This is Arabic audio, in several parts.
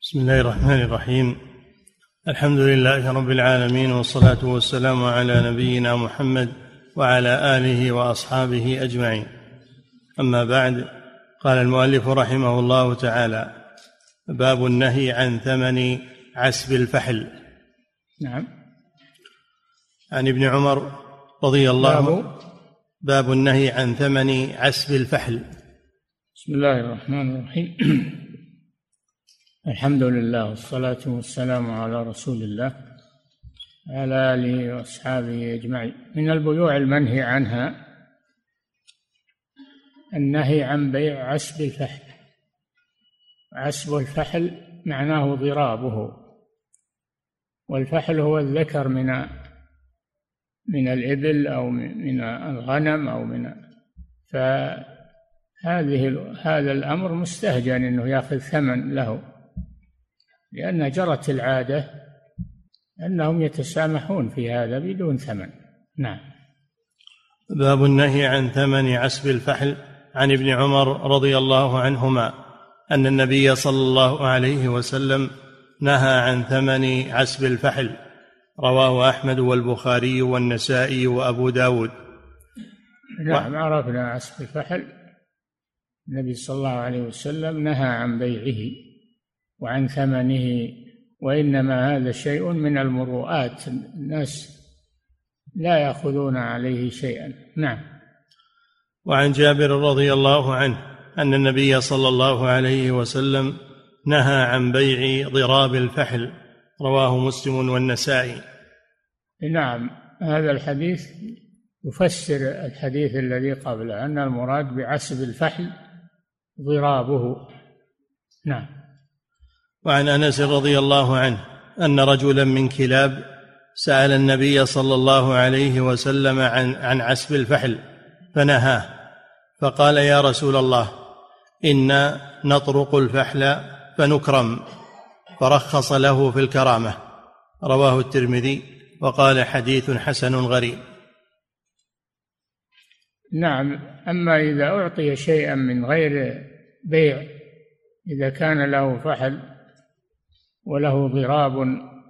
بسم الله الرحمن الرحيم. الحمد لله رب العالمين، والصلاة والسلام على نبينا محمد وعلى آله وأصحابه أجمعين. أما بعد، قال المؤلف رحمه الله تعالى: باب النهي عن ثمن عسب الفحل. نعم. عن ابن عمر رضي الله عنه. باب النهي عن ثمن عسب الفحل. بسم الله الرحمن الرحيم. الحمد لله والصلاة والسلام على رسول الله وعلى آله وأصحابه أجمعين. من البيوع المنهي عنها النهي عن بيع عسب الفحل. عسب الفحل معناه ضرابه، والفحل هو الذكر من الإبل أو من الغنم أو هذا الأمر مستهجن أنه يأخذ ثمن له، لأن جرت العادة أنهم يتسامحون في هذا بدون ثمن. نعم. باب النهي عن ثمن عسب الفحل. عن ابن عمر رضي الله عنهما أن النبي صلى الله عليه وسلم نهى عن ثمن عسب الفحل. رواه أحمد والبخاري والنسائي وأبو داود. نعم، عرفنا عسب الفحل. النبي صلى الله عليه وسلم نهى عن بيعه وعن ثمنه، وإنما هذا شيء من المروءات، الناس لا يأخذون عليه شيئا. نعم. وعن جابر رضي الله عنه أن النبي صلى الله عليه وسلم نهى عن بيع ضراب الفحل. رواه مسلم والنسائي. نعم، هذا الحديث يفسر الحديث الذي قبله، أن المراد بعسب الفحل ضرابه. نعم. وعن أنس رضي الله عنه أن رجلا من كلاب سأل النبي صلى الله عليه وسلم عن عسب الفحل فنهاه، فقال: يا رسول الله، إنا نطرق الفحل فنكرم، فرخص له في الكرامة. رواه الترمذي وقال: حديث حسن غريب. نعم. أما إذا أعطي شيئا من غير بيع، إذا كان له فحل وله ضراب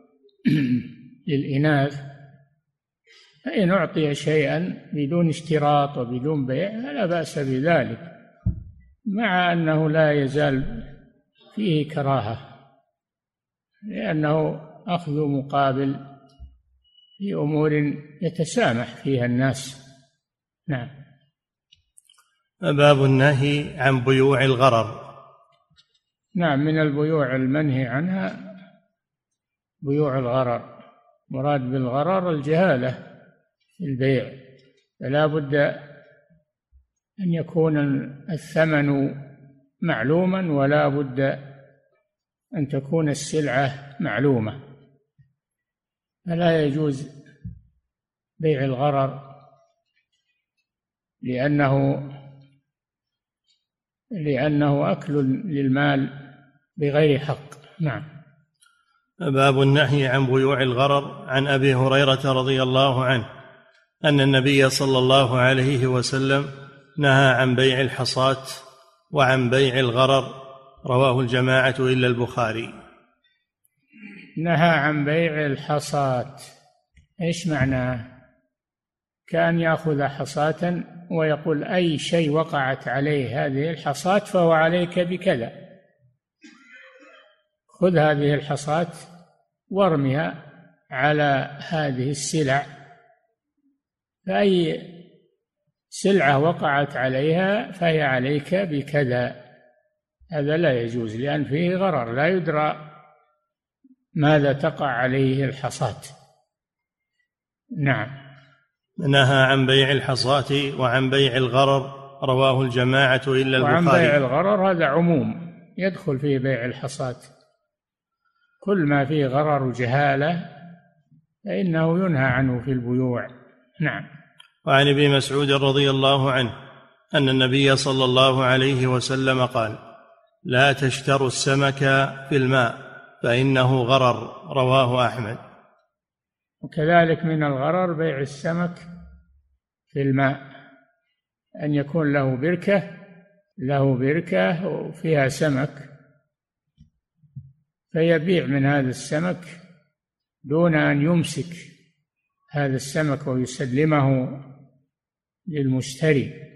للإناث، فإن أعطي شيئا بدون اشتراط وبدون بيع فلا بأس بذلك، مع أنه لا يزال فيه كراهة، لأنه أخذ مقابل في أمور يتسامح فيها الناس. نعم. باب النهي عن بيوع الغرر. نعم، من البيوع المنهي عنها بيوع الغرر. مراد بالغرر الجهالة في البيع، فلا بد أن يكون الثمن معلوما، ولا بد أن تكون السلعة معلومة، فلا يجوز بيع الغرر لأنه أكل للمال بغير حق. نعم. باب النهي عن بيوع الغرر. عن أبي هريرة رضي الله عنه أن النبي صلى الله عليه وسلم نهى عن بيع الحصاة وعن بيع الغرر. رواه الجماعة إلا البخاري. نهى عن بيع الحصاة، إيش معناه؟ كان يأخذ حصاة ويقول: أي شيء وقعت عليه هذه الحصاة فهو عليك بكذا، خذ هذه الحصاة وارمها على هذه السلع، فأي سلعة وقعت عليها فهي عليك بكذا. هذا لا يجوز، لأن فيه غرر، لا يدرى ماذا تقع عليه الحصاة. نعم. نهى عن بيع الحصاة وعن بيع الغرر. رواه الجماعة إلا البخاري. وعن بيع الغرر هذا عموم، يدخل فيه بيع الحصاة، كل ما فيه غرر وجهالة فإنه ينهى عنه في البيوع. نعم. وعن ابن مسعود رضي الله عنه أن النبي صلى الله عليه وسلم قال: لا تشتروا السمك في الماء فإنه غرر. رواه أحمد. وكذلك من الغرر بيع السمك في الماء، أن يكون له بركة وفيها سمك، فيبيع من هذا السمك دون أن يمسك هذا السمك ويسلمه للمشتري.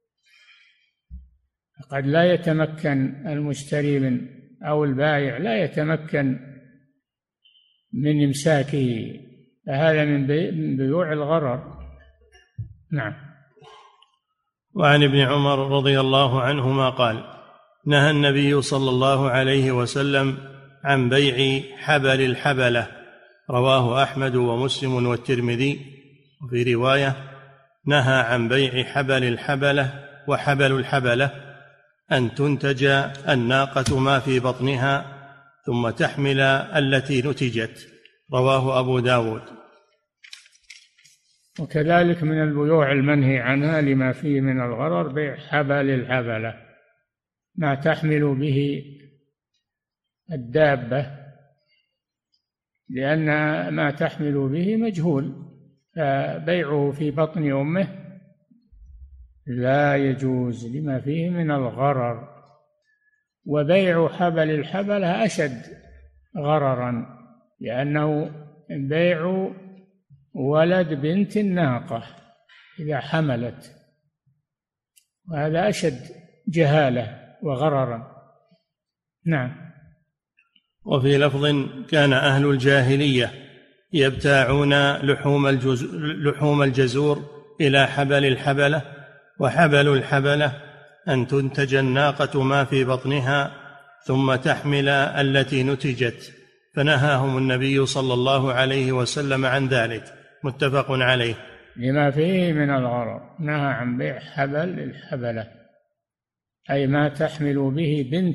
قد لا يتمكن المشتري أو البائع لا يتمكن من إمساكه، فهذا من بيوع الغرر. نعم. وعن ابن عمر رضي الله عنهما قال: نهى النبي صلى الله عليه وسلم عن بيع حبل الحبلة، رواه أحمد ومسلم والترمذي. وفي رواية: نهى عن بيع حبل الحبلة وحبل الحبلة أن تنتج الناقة ما في بطنها ثم تحمل التي نتجت، رواه أبو داود. وكذلك من البيوع المنهي عنها لما فيه من الغرر بيع حبل الحبلة، ما تحمل به الدابة، لأن ما تحمل به مجهول، فبيعه في بطن أمه لا يجوز لما فيه من الغرر. وبيع حبل الحبلة أشد غررا، لأنه بيع ولد بنت الناقة إذا حملت، وهذا أشد جهالة وغررا. نعم. وفي لفظ: كان أهل الجاهلية يبتاعون لحوم الجزور إلى حبل الحبلة، وحبل الحبلة أن تنتج الناقة ما في بطنها ثم تحمل التي نتجت، فنهاهم النبي صلى الله عليه وسلم عن ذلك، متفق عليه. لما فيه من الغرر نهى عن بيع حبل الحبلة، أي ما تحمل به بنت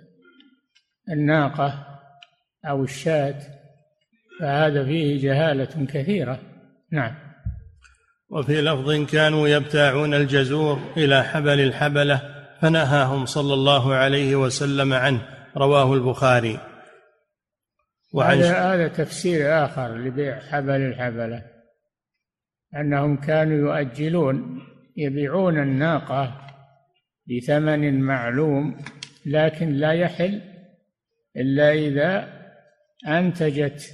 الناقة أو الشاة، فهذا فيه جهالة كثيرة. نعم. وفي لفظ: كانوا يبتاعون الجزور إلى حبل الحبلة فنهاهم صلى الله عليه وسلم عنه، رواه البخاري. هذا تفسير آخر لبيع حبل الحبلة، أنهم كانوا يؤجلون، يبيعون الناقة بثمن معلوم، لكن لا يحل إلا إذا أنتجت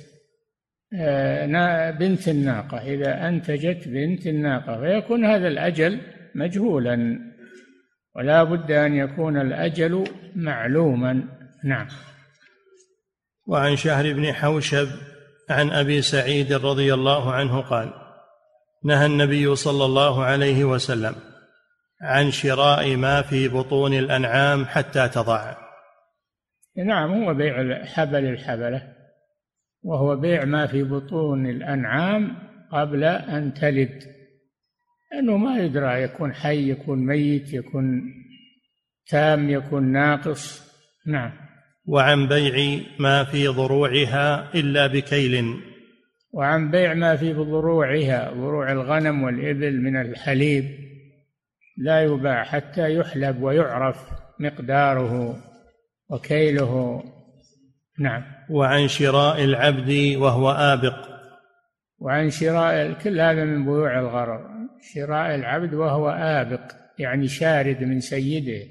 بنت الناقة، إذا أنتجت بنت الناقة، فيكون هذا الأجل مجهولا، ولا بد أن يكون الأجل معلوما. نعم. وعن شهر بن حوشب عن أبي سعيد رضي الله عنه قال: نهى النبي صلى الله عليه وسلم عن شراء ما في بطون الأنعام حتى تضع. نعم، هو بيع حبل الحبلة، وهو بيع ما في بطون الأنعام قبل أن تلد، لأنه ما يدرى، يكون حي يكون ميت، يكون تام يكون ناقص. نعم. وعن بيع ما في ضروعها إلا بكيل. وعن بيع ما في ضروعها، ضروع الغنم والإبل من الحليب، لا يباع حتى يحلب ويعرف مقداره وكيله. نعم. وعن شراء العبد وهو آبق. وعن شراء، كل هذا من بيوع الغرر. شراء العبد وهو آبق، يعني شارد من سيده،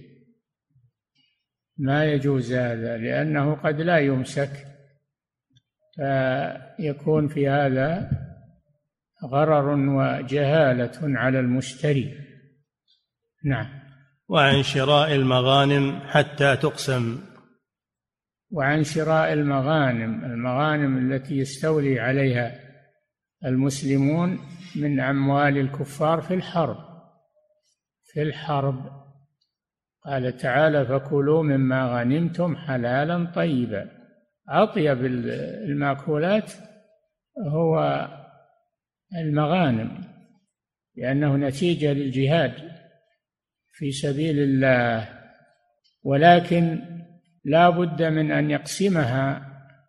ما يجوز هذا، لأنه قد لا يمسك، فيكون في هذا غرر وجهالة على المشتري. نعم. وعن شراء المغانم حتى تقسم. وعن شراء المغانم التي يستولي عليها المسلمون من أموال الكفار في الحرب. قال تعالى: فكلوا مما غنمتم حلالا طيبا. أطيب المأكولات هو المغانم، لأنه نتيجة للجهاد في سبيل الله، ولكن لا بد من أن يقسمها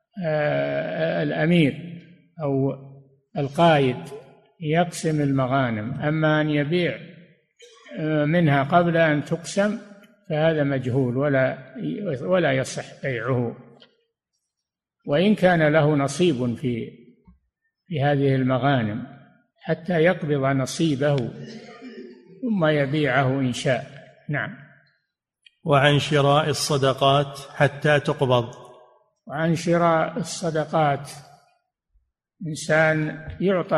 الأمير أو القائد، يقسم المغانم. أما أن يبيع منها قبل أن تقسم فهذا مجهول ولا يصح بيعه، وإن كان له نصيب في هذه المغانم، حتى يقبض نصيبه ثم يبيعه إن شاء. نعم. وعن شراء الصدقات حتى تقبض. وعن شراء الصدقات. إنسان يعطى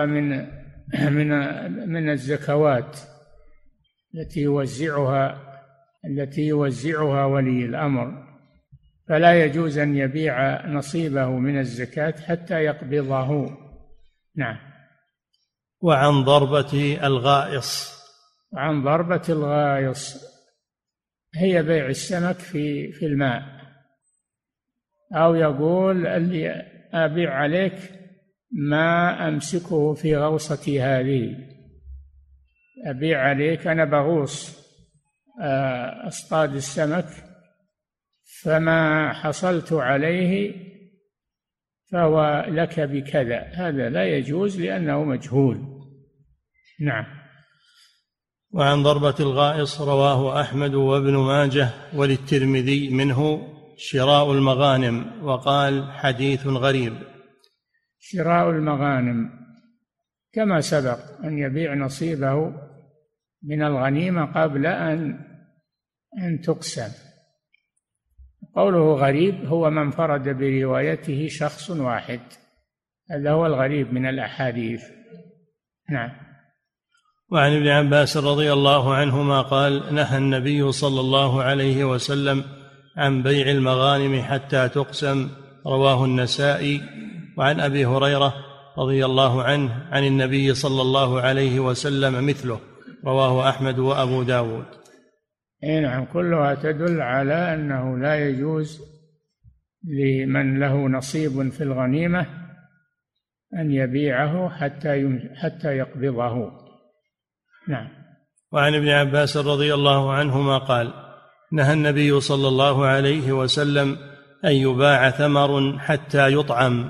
من الزكوات التي يوزعها ولي الأمر، فلا يجوز أن يبيع نصيبه من الزكاة حتى يقبضه. نعم. وعن ضربة الغائص. وعن ضربة الغائص هي بيع السمك في الماء، أو يقول اللي أبيع عليك ما أمسكه في غوصتي هذه، أبيع عليك أنا بغوص أصطاد السمك، فما حصلت عليه فهو لك بكذا. هذا لا يجوز لأنه مجهول. نعم. وعن ضربة الغائص رواه أحمد وابن ماجه وللترمذي منه شراء المغانم، وقال حديث غريب. شراء المغانم كما سبق أن يبيع نصيبه من الغنيمة قبل أن تقسم. قوله غريب هو من فرد بروايته شخص واحد، هذا هو الغريب من الأحاديث. نعم. وعن ابن عباس رضي الله عنهما قال نهى النبي صلى الله عليه وسلم عن بيع المغانم حتى تقسم، رواه النسائي. وعن أبي هريرة رضي الله عنه عن النبي صلى الله عليه وسلم مثله، رواه أحمد وأبو داود. نعم، كلها تدل على أنه لا يجوز لمن له نصيب في الغنيمة أن يبيعه حتى يقبضه. نعم. وعن ابن عباس رضي الله عنهما قال نهى النبي صلى الله عليه وسلم أن يباع ثمر حتى يطعم.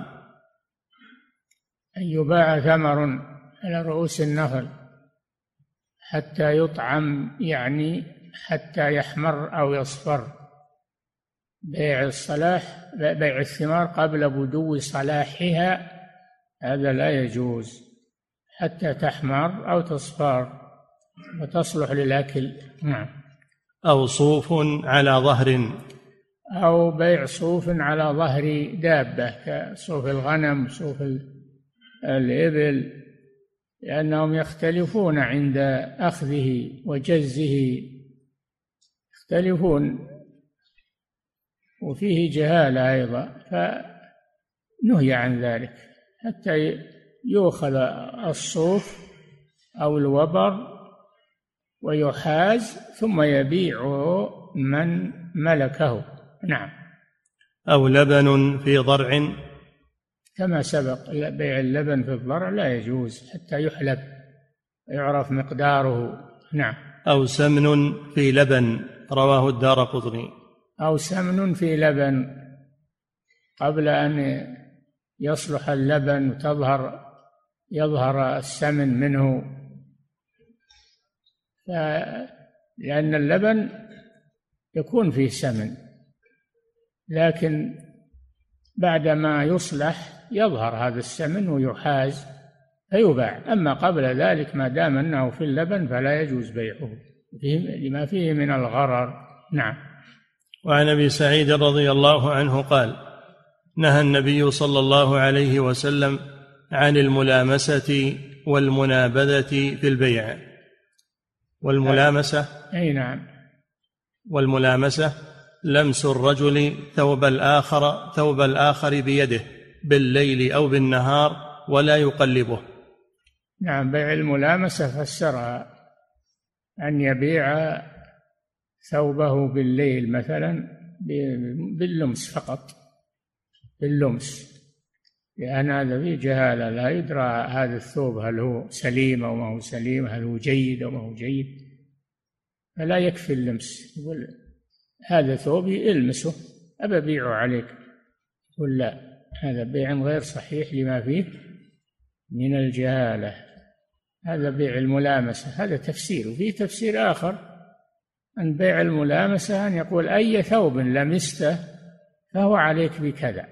أن يباع ثمر على رؤوس النخل حتى يطعم، يعني حتى يحمر أو يصفر. بيع الثمار قبل بدو صلاحها هذا لا يجوز، حتى تحمر أو تصفر وتصلح للأكل. نعم. أو صوف على ظهر، أو بيع صوف على ظهر دابة كصوف الغنم، صوف الإبل، لأنهم يختلفون عند أخذه وجزه، يختلفون وفيه جهالة أيضا، فنهي عن ذلك حتى يؤخذ الصوف أو الوبر ويحاز ثم يبيعه من ملكه. نعم. أو لبن في ضرع، كما سبق بيع اللبن في الضرع لا يجوز حتى يحلب يعرف مقداره. نعم. أو سمن في لبن، رواه الدارقطني. أو سمن في لبن قبل أن يصلح اللبن يظهر السمن منه، لأن اللبن يكون فيه سمن، لكن بعدما يصلح يظهر هذا السمن ويحاز فيباع. أما قبل ذلك ما دام أنه في اللبن فلا يجوز بيعه لما فيه من الغرر. نعم. وعن أبي سعيد رضي الله عنه قال نهى النبي صلى الله عليه وسلم عن الملامسة والمنابذة في البيع. والملامسة أي نعم. والملامسة لمس الرجل ثوب الآخر بيده بالليل أو بالنهار ولا يقلبه. نعم. بيع الملامسة فسرها أن يبيع ثوبه بالليل مثلا باللمس فقط، باللمس، لأن هذا فيه جهالة، لا يدرى هذا الثوب هل هو سليم أو ما هو سليم، هل هو جيد أو ما هو جيد، فلا يكفي اللمس. يقول هذا ثوبي المسه أبى أبيعه عليك، يقول لا، هذا بيع غير صحيح لما فيه من الجهالة. هذا بيع الملامسة، هذا تفسير. وفيه تفسير آخر أن بيع الملامسة أن يقول أي ثوب لمسته فهو عليك بكذا،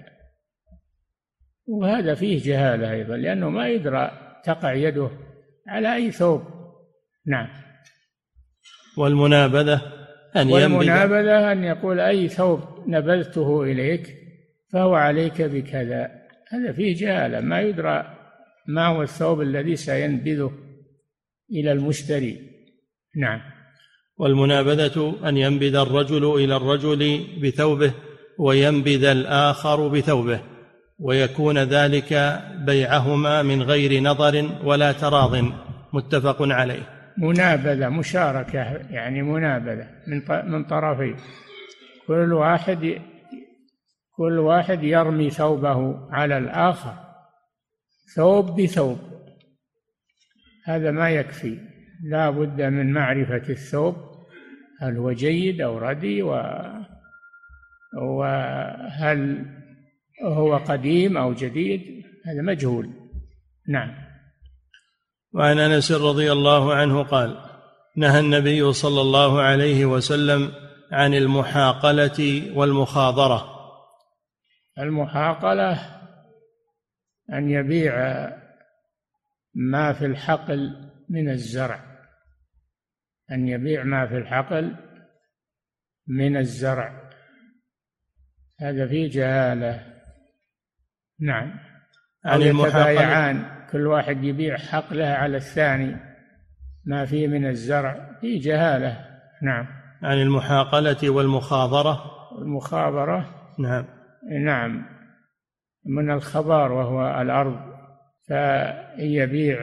وهذا فيه جهالة أيضا، لأنه ما يدرى تقع يده على أي ثوب. نعم. والمنابذة أن يقول أي ثوب نبذته إليك فهو عليك بكذا. هذا فيه جهالة، ما يدرى ما هو الثوب الذي سينبذه إلى المشتري. نعم. والمنابذة أن ينبذ الرجل إلى الرجل بثوبه وينبذ الآخر بثوبه، ويكون ذلك بيعهما من غير نظر ولا تراض، متفق عليه. منابذة مشاركة، يعني منابذة من طرفين، كل واحد يرمي ثوبه على الآخر، ثوب بثوب. هذا ما يكفي، لا بد من معرفة الثوب هل هو جيد أو ردي، وهل هو قديم أو جديد، هذا مجهول. نعم. وعن أنس رضي الله عنه قال: نهى النبي صلى الله عليه وسلم عن المحاقلة والمخاضرة. المحاقلة أن يبيع ما في الحقل من الزرع، أن يبيع ما في الحقل من الزرع، هذا فيه جهالة. نعم. أو يتبايعان، كل واحد يبيع حقله على الثاني ما فيه من الزرع، فيه جهالة. نعم. عن المحاقلة والمخاضرة. المخابرة نعم من الخبار وهو الأرض، فيبيع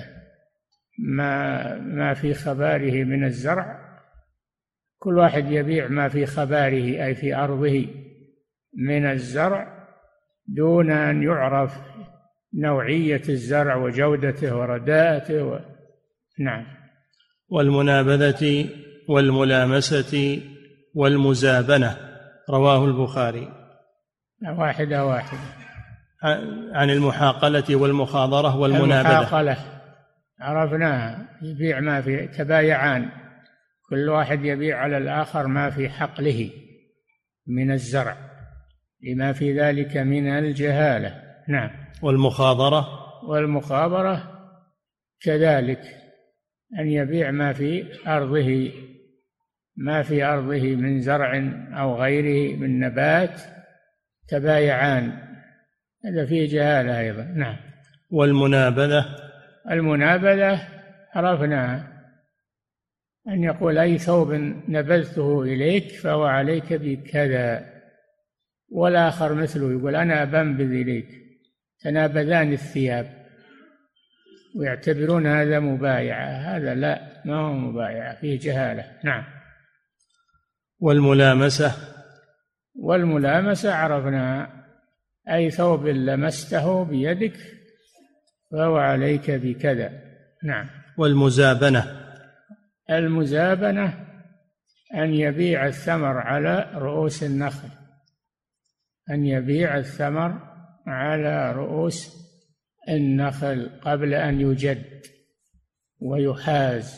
ما في خباره من الزرع، كل واحد يبيع ما في خباره أي في أرضه من الزرع دون أن يعرف نوعية الزرع وجودته ورداءته نعم. والمنابذة والملامسة والمزابنة، رواه البخاري. واحدة. عن المحاقلة والمخاضرة والمنابذة. المحاقلة عرفناها، يبيع ما في، تبايعان، كل واحد يبيع على الآخر ما في حقله من الزرع لما في ذلك من الجهالة. نعم. والمخابرة كذلك، أن يبيع ما في أرضه من زرع أو غيره من نبات، تبايعان، هذا فيه جهالة أيضا. نعم. المنابذة عرفناها، أن يقول أي ثوب نبذته إليك فهو عليك بكذا، والآخر مثله يقول أنا بنبذ إليك، تنابذان الثياب ويعتبرون هذا مبايعة، هذا لا، ما هو مبايعة، فيه جهالة. نعم. والملامسة عرفنا أي ثوب لمسته بيدك فهو عليك بكذا. نعم. المزابنة أن يبيع الثمر على رؤوس النخل، أن يبيع الثمر على رؤوس النخل قبل أن يجد ويحاز،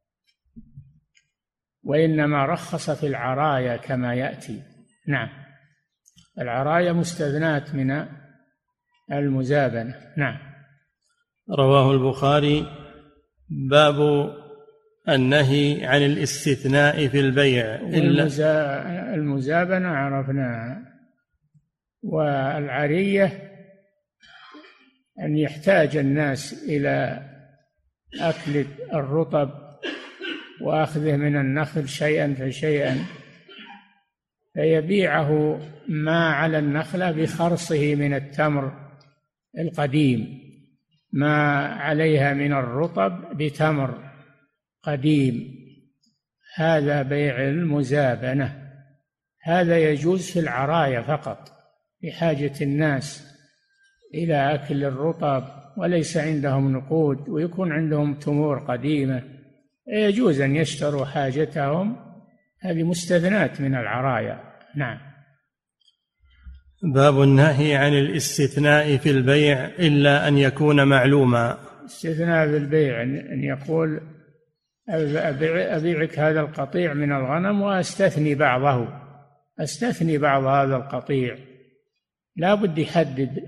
وإنما رخص في العرايا كما يأتي. نعم. العرايا مستثنات من المزابنة. نعم. رواه البخاري. باب النهي عن الاستثناء في البيع. المزابنة عرفناها. والعرية أن يحتاج الناس إلى أكل الرطب وأخذه من النخل شيئا فشيئا، فيبيعه ما على النخلة بخرصه من التمر القديم، ما عليها من الرطب بتمر قديم، هذا بيع المزابنة. هذا يجوز في العرايا فقط لحاجة الناس إلى أكل الرطب وليس عندهم نقود ويكون عندهم تمور قديمة، يجوز أن يشتروا حاجتهم، هذه مستثنات من العرايا. نعم. باب النهي عن الاستثناء في البيع إلا أن يكون معلوما. استثناء في البيع أن يقول أبيعك هذا القطيع من الغنم وأستثني بعض هذا القطيع، لا بد يحدد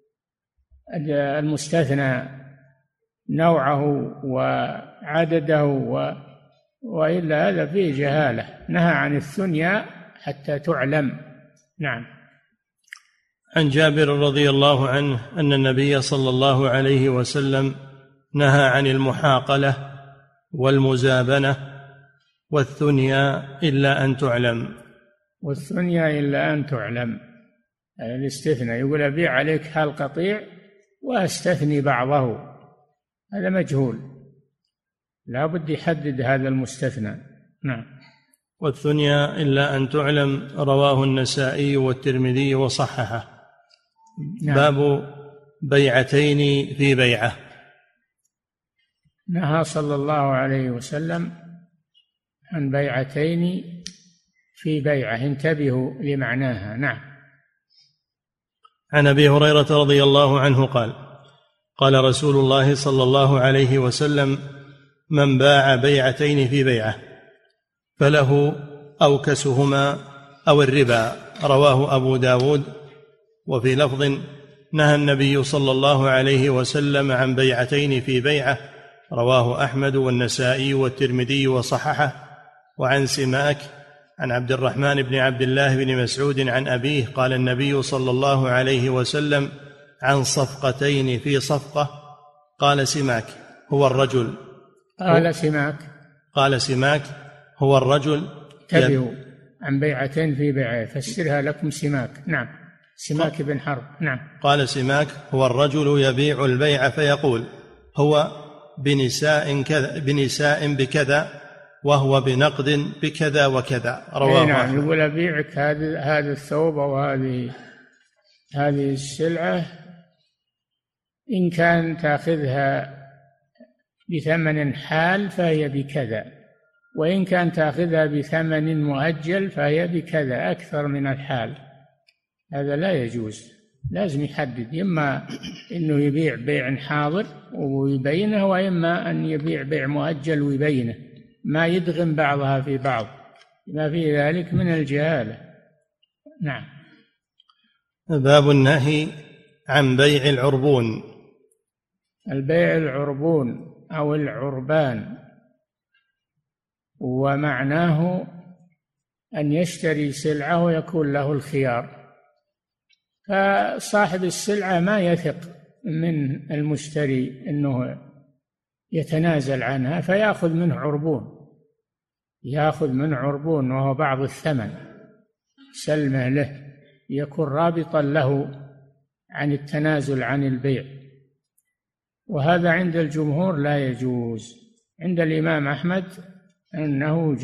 المستثنى نوعه وعدده وإلا هذا فيه جهالة. نهى عن الثنيا حتى تعلم. نعم. عن جابر رضي الله عنه أن النبي صلى الله عليه وسلم نهى عن المحاقلة والمزابنة والثنيا إلا أن تعلم. والثنيا إلا أن تعلم، الاستثناء، يقول أبيع عليك هالقطيع وأستثني بعضه، هذا مجهول، لا بد يحدد هذا المستثنى. نعم. والثنيا إلا أن تعلم رواه النسائي والترمذي وصححه. نعم. باب بيعتين في بيعة. نهى صلى الله عليه وسلم عن بيعتين في بيعة، انتبهوا لمعناها. نعم. عن أبي هريرة رضي الله عنه قال: قال رسول الله صلى الله عليه وسلم: من باع بيعتين في بيعة فله أوكسهما أو الربا. رواه أبو داود. وفي لفظ: نهى النبي صلى الله عليه وسلم عن بيعتين في بيعة. رواه أحمد والنسائي والترمذي وصححه. وعن سماك عن عبد الرحمن بن عبد الله بن مسعود عن أبيه قال النبي صلى الله عليه وسلم: عن صفقتين في صفقة. قال سماك: هو الرجل. قال سماك: هو الرجل. انتبهوا، عن بيعتين في بيعة، فسرها لكم سماك. نعم. سماك بن حرب. نعم. قال سماك: هو الرجل يبيع البيع فيقول: هو بنساء بكذا، وهو بنقد بكذا وكذا. رواه. نعم. يقول أبيعك هذا الثوب وهذه السلعة، إن كان تأخذها بثمن حال فهي بكذا، وإن كان تأخذها بثمن مؤجل فهي بكذا أكثر من الحال. هذا لا يجوز، لازم يحدد، إما أنه يبيع بيع حاضر ويبينه، وإما أن يبيع بيع مؤجل ويبينه، ما يدغم بعضها في بعض، ما في ذلك من الجهالة. نعم. باب النهي عن بيع العربون. البيع العربون أو العربان، ومعناه أن يشتري سلعة ويكون له الخيار، فصاحب السلعة ما يثق من المشتري أنه يتنازل عنها، فيأخذ منه عربون، وهو بعض الثمن، سلمه له، يكون رابطا له عن التنازل عن البيع. وهذا عند الجمهور لا يجوز، عند الإمام أحمد أنه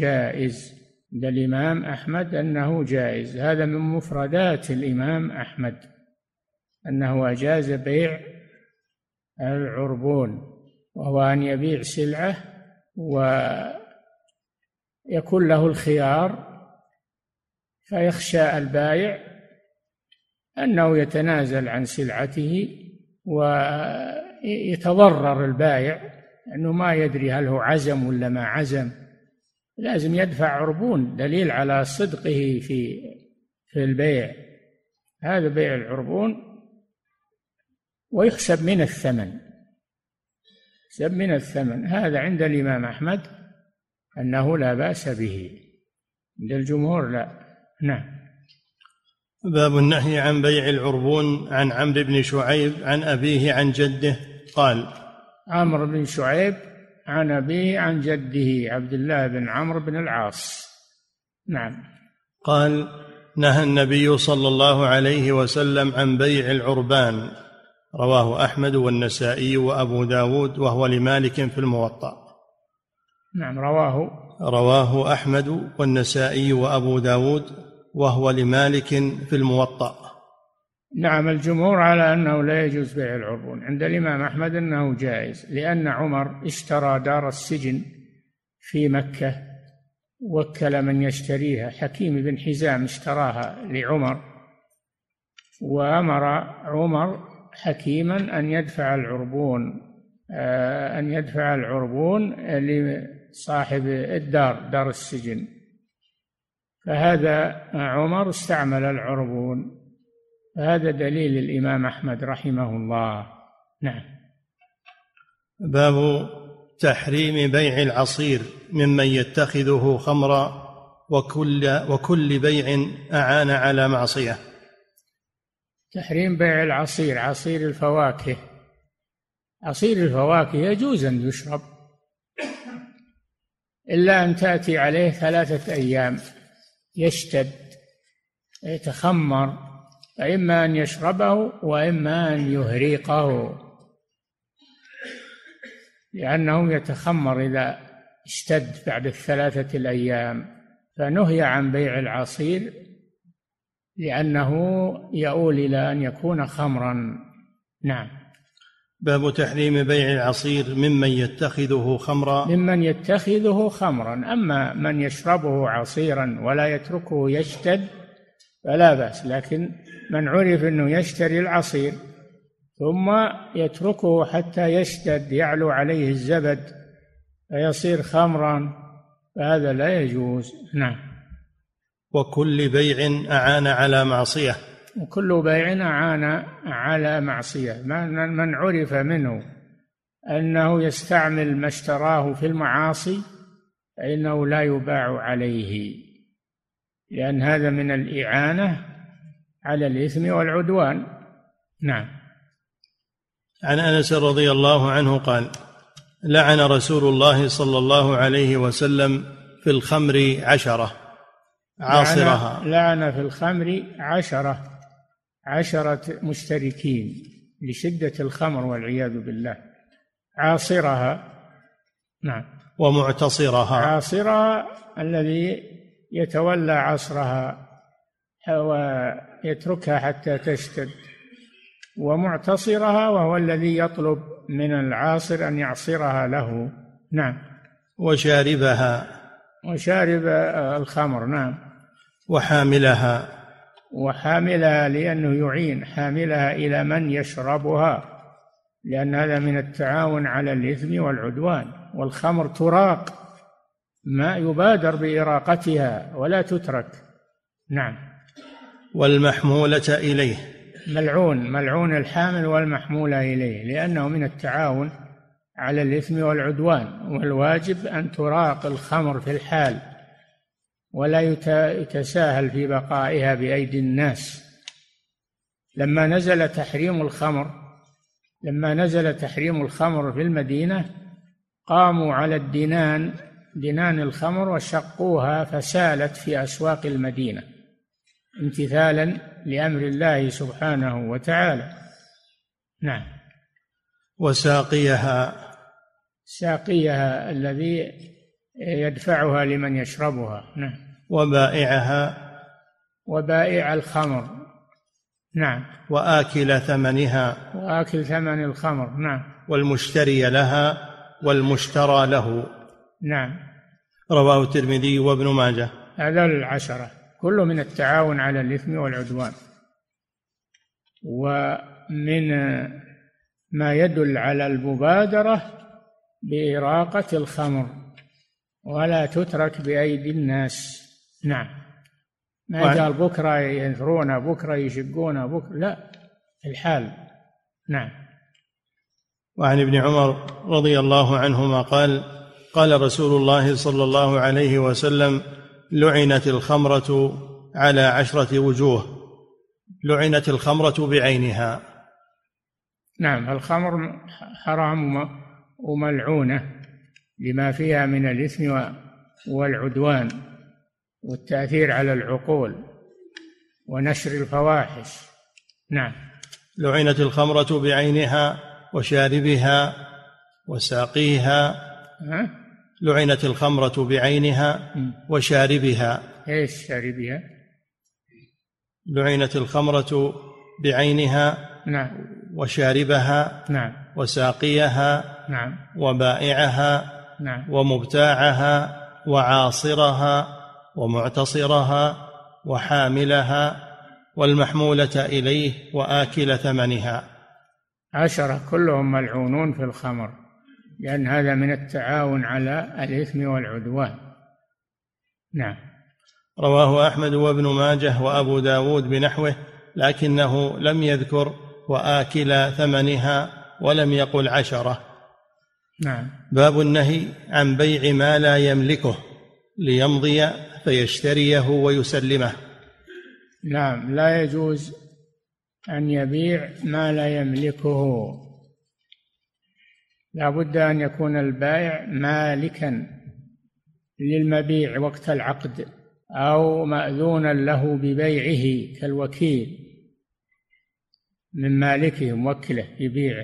جائز. هذا من مفردات الإمام أحمد أنه أجاز بيع العربون، وهو أن يبيع سلعة ويكون له الخيار، فيخشى البائع أنه يتنازل عن سلعته ويتضرر البائع، أنه ما يدري هل هو عزم ولا ما عزم، لازم يدفع عربون، دليل على صدقه في البيع. هذا بيع العربون، ويحسب من الثمن. هذا عند الإمام أحمد أنه لا بأس به، عند الجمهور لا. نعم. باب النهي عن بيع العربون. عن عمرو بن شعيب عن أبيه عن جده قال: عمرو بن شعيب عن أبيه عن جده عبد الله بن عمرو بن العاص. نعم. قال: نهى النبي صلى الله عليه وسلم عن بيع العربان. رواه أحمد والنسائي وأبو داود، وهو لمالك في الموطأ. نعم. رواه أحمد والنسائي وأبو داود، وهو لمالك في الموطأ. نعم. الجمهور على أنه لا يجوز بيع العربون، عند الإمام أحمد أنه جائز، لأن عمر اشترى دار السجن في مكة، وكل من يشتريها، حكيم بن حزام اشتراها لعمر، وأمر عمر حكيما أن يدفع العربون لصاحب الدار، دار السجن، فهذا عمر استعمل العربون، فهذا دليل الإمام أحمد رحمه الله. نعم. باب تحريم بيع العصير ممن يتخذه خمرا وكل بيع أعان على معصية. تحريم بيع العصير، عصير الفواكه. عصير الفواكه يجوز أن يشرب إلا أن تأتي عليه 3 أيام يشتد يتخمر، فإما أن يشربه وإما أن يهريقه، لأنه يتخمر إذا اشتد بعد 3 الأيام. فنهي عن بيع العصير لأنه يؤول إلى أن يكون خمرا. نعم. باب تحريم بيع العصير ممن يتخذه خمرا. ممن يتخذه خمرا، أما من يشربه عصيرا ولا يتركه يشتد فلا بأس، لكن من عرف أنه يشتري العصير ثم يتركه حتى يشتد يعلو عليه الزبد فيصير خمرا فهذا لا يجوز. نعم. وكل بيع أعان على معصية. وكل بيع أعان على معصية، من عرف منه أنه يستعمل ما اشتراه في المعاصي فإنه لا يباع عليه، لأن هذا من الإعانة على الإثم والعدوان. نعم. عن أنس رضي الله عنه قال: لعن رسول الله صلى الله عليه وسلم في الخمر 10 عاصرها. لعن في الخمر 10 مشتركين لشدة الخمر والعياذ بالله. عاصرها. نعم. ومعتصرها. عاصرها الذي يتولى عصرها ويتركها حتى تشتد، ومعتصرها وهو الذي يطلب من العاصر أن يعصرها له. نعم. وشارب الخمر. نعم. وحاملها لأنه يعين حاملها إلى من يشربها، لأن هذا من التعاون على الإثم والعدوان. والخمر تراق، ما يبادر بإراقتها ولا تترك. نعم. والمحمولة إليه. ملعون الحامل والمحمولة إليه، لأنه من التعاون على الإثم والعدوان، والواجب أن تراق الخمر في الحال ولا يتساهل في بقائها بأيدي الناس. لما نزل تحريم الخمر في المدينة قاموا على دنان الخمر وشقوها فسالت في أسواق المدينة امتثالا لأمر الله سبحانه وتعالى. نعم. وساقيها الذي يدفعها لمن يشربها. نعم. وبائع الخمر. نعم. وآكل ثمن الخمر. نعم. والمشتري لها والمشترى له. نعم. رواه الترمذي وابن ماجه. هذا 10 كله من التعاون على الإثم والعدوان. ومن ما يدل على المبادرة بإراقة الخمر ولا تترك بأيدي الناس. نعم. ما قال بكرة ينثرون، بكرة يشقون، بكرة لا، الحال. نعم. وعن ابن عمر رضي الله عنهما قال: قال رسول الله صلى الله عليه وسلم: لعنت الخمرة على 10 وجوه. لعنت الخمرة بعينها. نعم. الخمر حرام وملعونة لما فيها من الإثم والعدوان والتأثير على العقول ونشر الفواحش. نعم. لعنت الخمرة بعينها وشاربها وساقيها. لعنت الخمرة بعينها وشاربها. ايش شاربها؟ لعنت الخمرة بعينها. نعم. وشاربها. نعم. وساقيها. نعم. وبائعها. نعم. ومبتاعها وعاصرها ومعتصرها وحاملها والمحمولة إليه وآكل ثمنها. 10 كلهم ملعونون في الخمر، لأن هذا من التعاون على الإثم والعدوان. نعم. رواه أحمد وابن ماجه وأبو داود بنحوه، لكنه لم يذكر وآكل ثمنها ولم يقل 10. نعم. باب النهي عن بيع ما لا يملكه ليمضي فيشتريه ويسلمه. نعم. لا يجوز أن يبيع ما لا يملكه، لا بد أن يكون البائع مالكا للمبيع وقت العقد أو مأذونا له ببيعه كالوكيل من مالكه موكله يبيعه.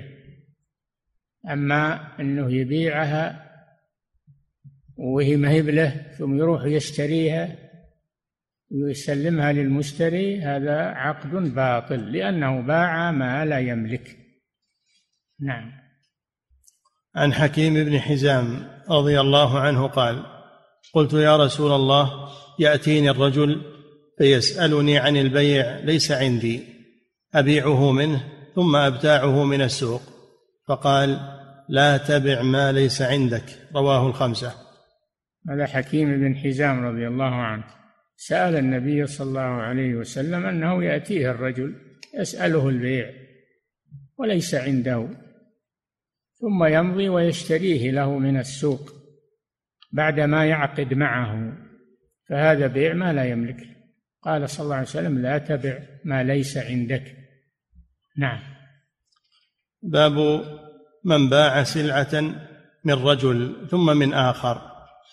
أما أنه يبيعها وهي مهب له ثم يروح يشتريها ويسلمها للمشتري، هذا عقد باطل لأنه باع ما لا يملك. نعم. عن حكيم بن حزام رضي الله عنه قال: قلت يا رسول الله، يأتيني الرجل فيسألني عن البيع ليس عندي، أبيعه منه ثم أبتاعه من السوق، فقال: لا تبع ما ليس عندك. رواه الخمسة. هذا حكيم بن حزام رضي الله عنه سأل النبي صلى الله عليه وسلم أنه يأتيه الرجل يسأله البيع وليس عنده، ثم يمضي ويشتريه له من السوق بعدما يعقد معه، فهذا بيع ما لا يملك. قال صلى الله عليه وسلم: لا تبع ما ليس عندك. نعم. باب من باع سلعة من رجل ثم من آخر.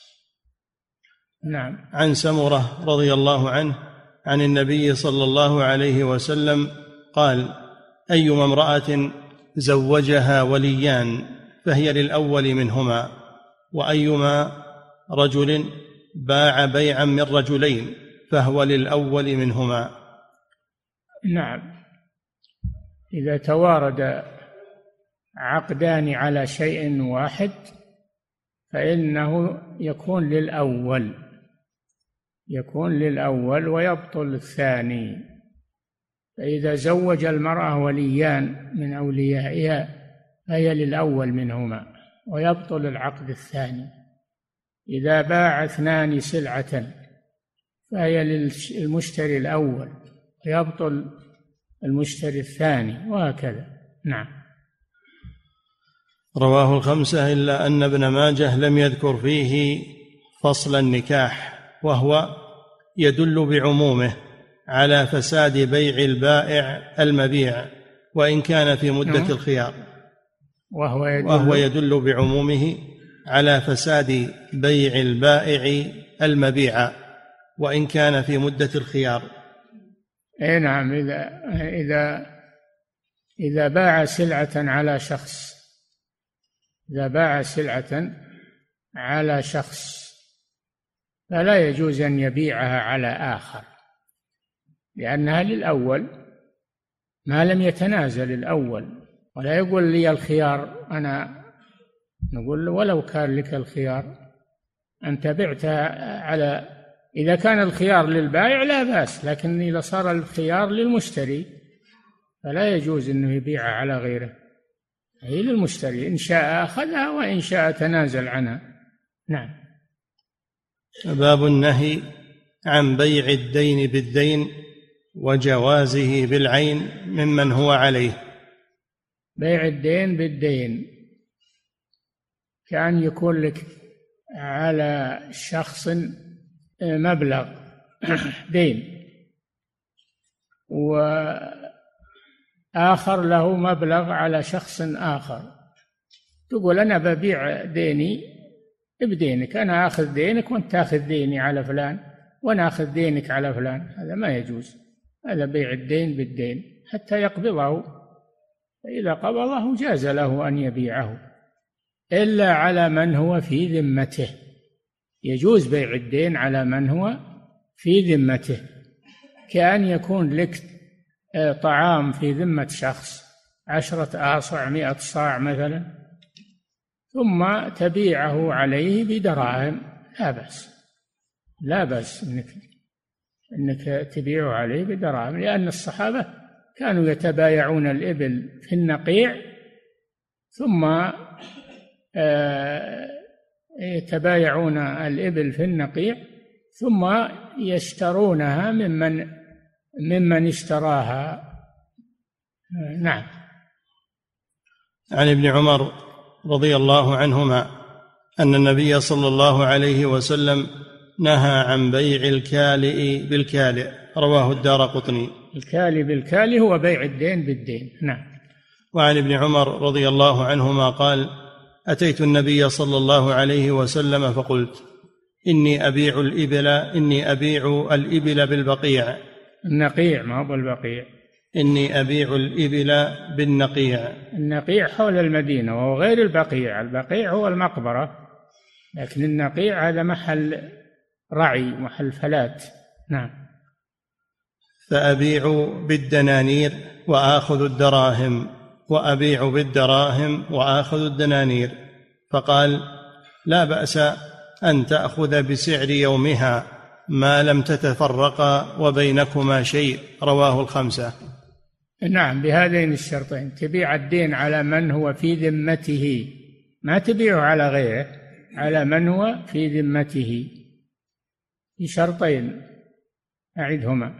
نعم. عن سمرة رضي الله عنه عن النبي صلى الله عليه وسلم قال: أيما امرأة زوجها وليان فهي للأول منهما، وأيما رجل باع بيعا من رجلين فهو للأول منهما. نعم. إذا توارد عقدان على شيء واحد فإنه يكون للأول ويبطل الثاني. فإذا زوج المرأة وليان من أوليائها فهي للأول منهما ويبطل العقد الثاني. إذا باع اثنان سلعة فهي للمشتري الأول ويبطل المشتري الثاني، وهكذا. نعم. رواه الخمسة إلا أن ابن ماجه لم يذكر فيه فصل النكاح، وهو يدل بعمومه على فساد بيع البائع المبيع وإن كان في مدة الخيار. وهو يدل بعمومه على فساد بيع البائع المبيع وإن كان في مدة الخيار. أي نعم. إذا باع سلعة على شخص، إذا باع سلعة على شخص فلا يجوز أن يبيعها على آخر لأنها للأول ما لم يتنازل الأول، ولا يقول لي الخيار. أنا نقول ولو كان لك الخيار أنت بعتها على، إذا كان الخيار للبائع لا بأس، لكن إذا صار الخيار للمشتري فلا يجوز أنه يبيعها على غيره، هي للمشتري، إن شاء أخذها وإن شاء تنازل عنها. نعم. باب النهي عن بيع الدين بالدين وجوازه بالعين ممن هو عليه. بيع الدين بالدين كأن يكون لك على شخص مبلغ دين وآخر له مبلغ على شخص آخر، تقول أنا ببيع ديني بدينك، أنا آخذ دينك وأنت تأخذ ديني على فلان وأنا أخذ دينك على فلان، هذا ما يجوز. هذا بيع الدين بالدين حتى يقبضه، فإذا قبضه جاز له أن يبيعه إلا على من هو في ذمته. يجوز بيع الدين على من هو في ذمته، كأن يكون لك طعام في ذمة شخص 10 آصع 100 صاع مثلا، ثم تبيعه عليه بدراهم، لا بأس إنك تبيعه عليه بدراهم، لأن الصحابة كانوا يتبايعون الإبل في النقيع ثم يتبايعون الإبل في النقيع ثم يشترونها ممن اشتراها. نعم. عن ابن عمر رضي الله عنهما أن النبي صلى الله عليه وسلم نهى عن بيع الكالئ بالكالئ. رواه الدارقطني. الكالي بالكالي هو بيع الدين بالدين. نعم. وعن ابن عمر رضي الله عنهما قال: أتيت النبي صلى الله عليه وسلم فقلت: إني أبيع الإبل بالبقيع. النقيع ما هو بالبقيع. إني أبيع الإبل بالنقيع. النقيع حول المدينة وهو غير البقيع. البقيع هو المقبرة، لكن النقيع هذا محل رعي، محل فلات. نعم. فأبيع بالدنانير وآخذ الدراهم، وأبيع بالدراهم وآخذ الدنانير. فقال: لا بأس أن تأخذ بسعر يومها ما لم تتفرقا وبينكما شيء. رواه الخمسة. نعم، بهذين الشرطين: تبيع الدين على من هو في ذمته، ما تبيعه على غيره، على من هو في ذمته، بشرطين أعدهما: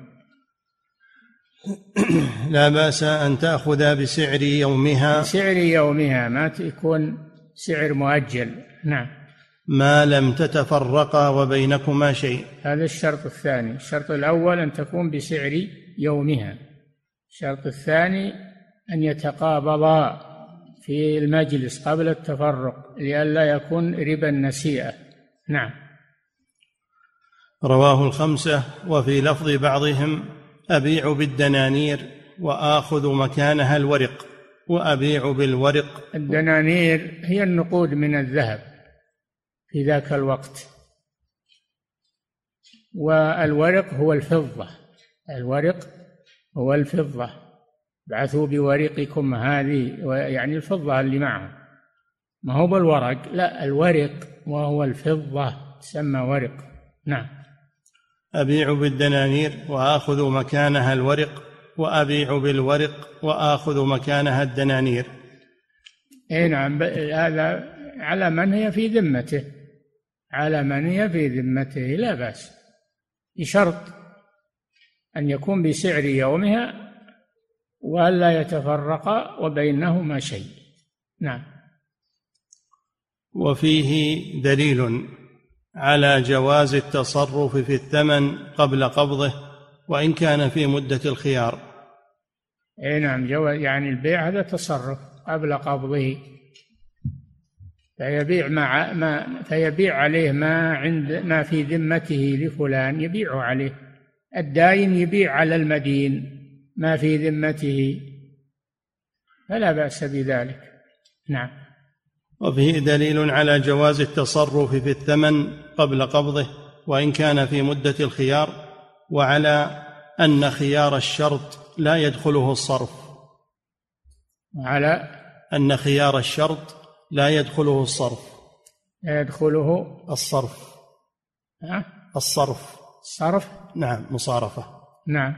لا بأس أن تأخذ بسعر يومها، بسعر يومها، ما يكون سعر مؤجل. نعم. ما لم تتفرقا وبينكما شيء. هذا الشرط الثاني. الشرط الأول أن تكون بسعر يومها. الشرط الثاني أن يتقابضا في المجلس قبل التفرق لئلا يكون ربا النسيئة. نعم. رواه الخمسة. وفي لفظ بعضهم: أبيع بالدنانير وآخذ مكانها الورق، وأبيع بالورق. الدنانير هي النقود من الذهب في ذاك الوقت، والورق هو الفضة. الورق هو الفضة. ابعثوا بورقكم هذه، يعني الفضة اللي معه، ما هو بالورق، لا، الورق وهو الفضة تسمى ورق. نعم. أبيع بالدنانير وآخذ مكانها الورق، وأبيع بالورق وآخذ مكانها الدنانير. اي نعم، هذا على من هي في ذمته، على من هي في ذمته لا بأس، بشرط أن يكون بسعر يومها وألا يتفرق وبينهما شيء. نعم. وفيه دليل على جواز التصرف في الثمن قبل قبضه وإن كان في مدة الخيار. اي نعم، يعني البيع هذا تصرف قبل قبضه، فيبيع عليه ما في ذمته لفلان، يبيع عليه. الداين يبيع على المدين ما في ذمته، فلا بأس بذلك. نعم. وفيه دليل على جواز التصرف في الثمن قبل قبضه وإن كان في مدة الخيار، وعلى أن خيار الشرط لا يدخله الصرف. على أن خيار الشرط لا يدخله الصرف. لا يدخله الصرف. الصرف. نعم، مصارفة. نعم.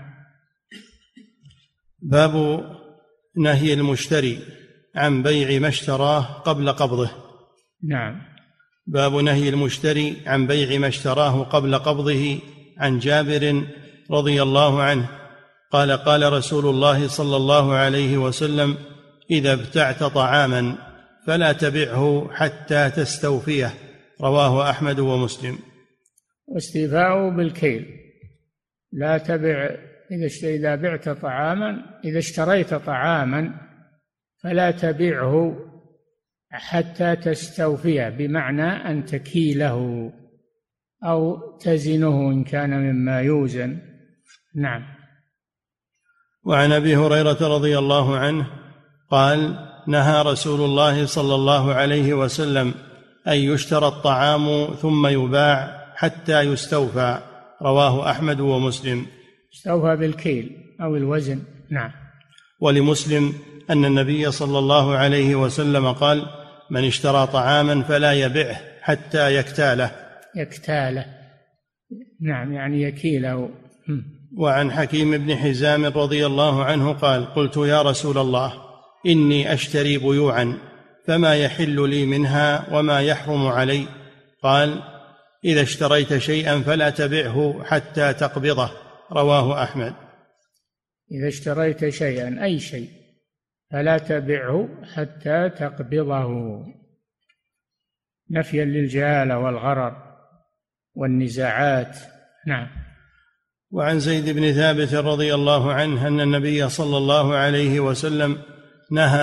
باب نهي المشتري عن بيع ما اشتراه قبل قبضه. نعم. باب نهي المشتري عن بيع ما اشتراه قبل قبضه. عن جابر رضي الله عنه قال: قال رسول الله صلى الله عليه وسلم: إذا ابتعت طعاما فلا تبعه حتى تستوفيه. رواه أحمد ومسلم. واستيفاء بالكيل. لا تبع إذا بعت طعاما، إذا اشتريت طعاما فلا تبعه حتى تستوفيه، بمعنى أن تكيله أو تزنه إن كان مما يوزن. نعم. وعن أبي هريرة رضي الله عنه قال: نهى رسول الله صلى الله عليه وسلم أن يشترى الطعام ثم يباع حتى يستوفى. رواه أحمد ومسلم. استوفى بالكيل أو الوزن. نعم. ولمسلم أن النبي صلى الله عليه وسلم قال: من اشترى طعاما فلا يبعه حتى يكتاله. نعم، يعني يكيله. وعن حكيم بن حزام رضي الله عنه قال: قلت يا رسول الله، إني أشتري بيوعا فما يحل لي منها وما يحرم علي؟ قال: إذا اشتريت شيئا فلا تبعه حتى تقبضه. رواه أحمد. إذا اشتريت شيئا، أي شيء، فلا تبعه حتى تقبضه، نفيا للجهالة والغرر والنزاعات. نعم. وعن زيد بن ثابت رضي الله عنه أن النبي صلى الله عليه وسلم نهى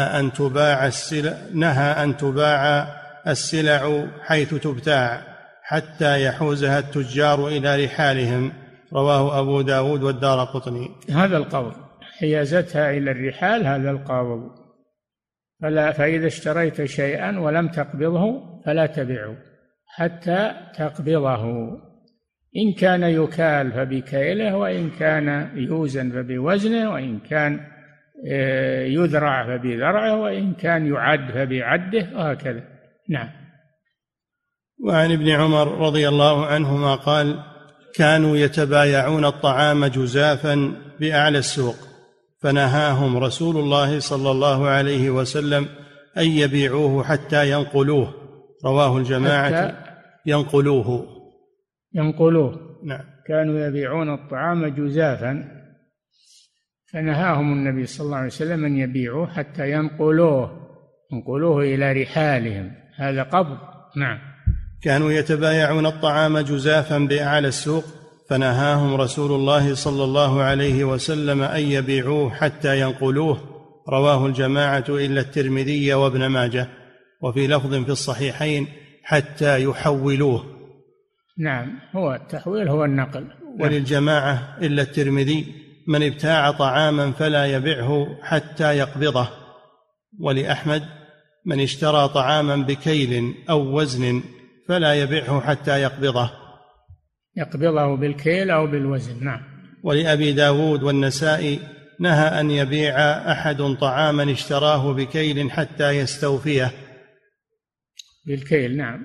أن تباع السلع حيث تبتاع حتى يحوزها التجار إلى رحالهم. رواه أبو داود والدارقطني. هذا القول، حيازتها إلى الرحال، هذا القول. فإذا اشتريت شيئا ولم تقبضه فلا تبيعه حتى تقبضه، إن كان يكال فبكيله، وإن كان يوزن فبوزنه، وإن كان يذرع فبذرعه، وإن كان يعد فبعده، وهكذا. نعم. وعن ابن عمر رضي الله عنهما قال: كانوا يتبايعون الطعام جزافا بأعلى السوق، فنهاهم رسول الله صلى الله عليه وسلم أن يبيعوه حتى ينقلوه. رواه الجماعة. ينقلوه. نعم. كانوا يبيعون الطعام جزافا، فنهاهم النبي صلى الله عليه وسلم أن يبيعوه حتى ينقلوه إلى رحالهم. هذا قبض. نعم. كانوا يتبايعون الطعام جزافا بأعلى السوق، فنهاهم رسول الله صلى الله عليه وسلم أن يبيعوه حتى ينقلوه. رواه الجماعة إلا الترمذي وابن ماجه، وفي لفظ في الصحيحين: حتى يحولوه. نعم، هو التحويل هو النقل. وللجماعة إلا الترمذي: من ابتاع طعاما فلا يبعه حتى يقبضه. ولأحمد: من اشترى طعاما بكيل أو وزن فلا يبعه حتى يقبضه بالكيل أو بالوزن. نعم. ولأبي داود والنسائي: نهى أن يبيع أحد طعاما اشتراه بكيل حتى يستوفيه. بالكيل. نعم.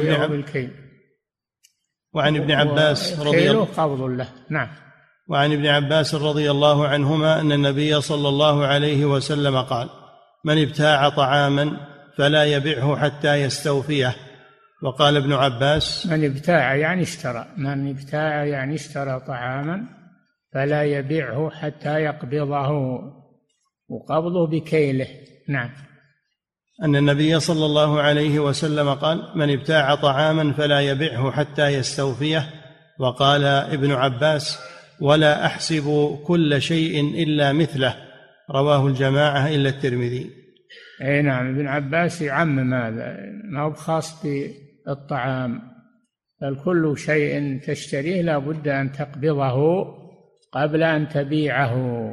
وعن ابن عباس رضي الله قبض له. نعم. وعن ابن عباس رضي الله عنهما أن النبي صلى الله عليه وسلم قال: من ابتاع طعاما فلا يبعه حتى يستوفيه. وقال ابن عباس: من ابتاع يعني اشترى طعاما فلا يبيعه حتى يقبضه، وقبضه بكيله. نعم. أن النبي صلى الله عليه وسلم قال: من ابتاع طعاما فلا يبعه حتى يستوفيه. وقال ابن عباس: ولا أحسب كل شيء إلا مثله. رواه الجماعة إلا الترمذي. أي نعم. ابن عباس يعمم هذا، ما هو خاص بالطعام، بل كل شيء تشتريه لا بد أن تقبضه قبل أن تبيعه،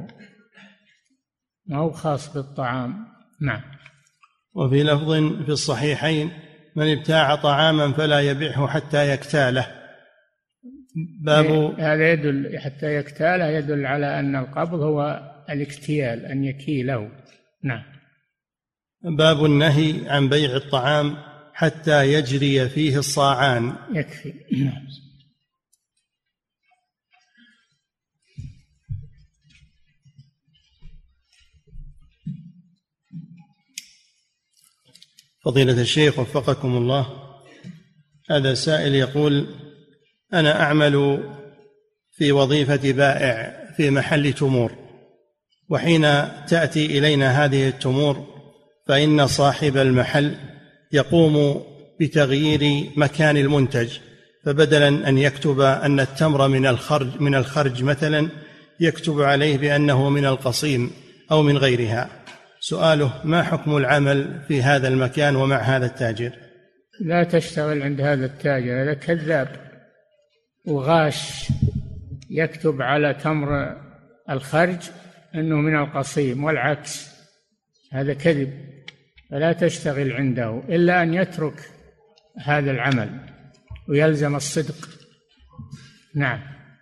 ما هو خاص بالطعام. نعم. وفي لفظ في الصحيحين: من ابتاع طعاما فلا يبيعه حتى يكتاله. هذا يدل، حتى يكتاله يدل على أن القبض هو الاكتيال، أن يكيله. نعم. باب النهي عن بيع الطعام حتى يجري فيه الصاعان. يكفي. نعم. فضيلة الشيخ وفقكم الله، هذا سائل يقول: أنا أعمل في وظيفة بائع في محل تمور، وحين تأتي إلينا هذه التمور فإن صاحب المحل يقوم بتغيير مكان المنتج، فبدلا أن يكتب أن التمر من الخرج مثلا، يكتب عليه بأنه من القصيم أو من غيرها. سؤاله: ما حكم العمل في هذا المكان ومع هذا التاجر؟ لا تشتغل عند هذا التاجر، هذا كذاب وغاش، يكتب على تمر الخرج أنه من القصيم والعكس، هذا كذب، فلا تشتغل عنده إلا أن يترك هذا العمل ويلزم الصدق. نعم.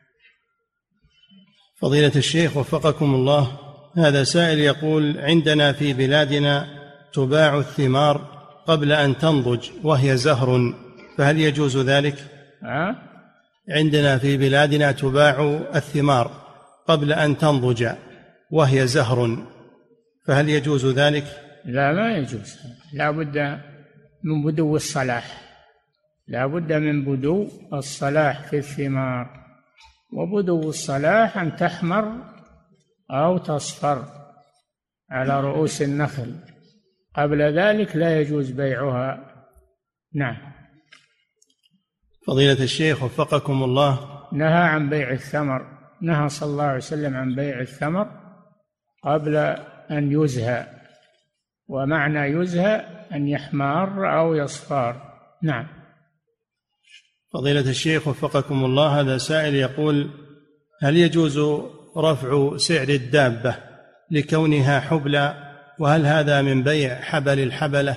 فضيلة الشيخ وفقكم الله، هذا سائل يقول: عندنا في بلادنا تباع الثمار قبل أن تنضج وهي زهر، فهل يجوز ذلك؟ عندنا في بلادنا تباع الثمار قبل أن تنضج وهي زهر، فهل يجوز ذلك؟ لا، ما يجوز. لا بد من بدو الصلاح، لا بد من بدو الصلاح في الثمار، وبدو الصلاح أن تحمر أو تصفر على رؤوس النخل، قبل ذلك لا يجوز بيعها. نعم. فضيلة الشيخ وفقكم الله، نهى عن بيع الثمر نهى صلى الله عليه وسلم عن بيع الثمر قبل أن يزهى، ومعنى يزهى أن يحمار أو يصفار. نعم. فضيلة الشيخ وفقكم الله، هذا سائل يقول: هل يجوز رفع سعر الدابة لكونها حبلى، وهل هذا من بيع حبل الحبلة؟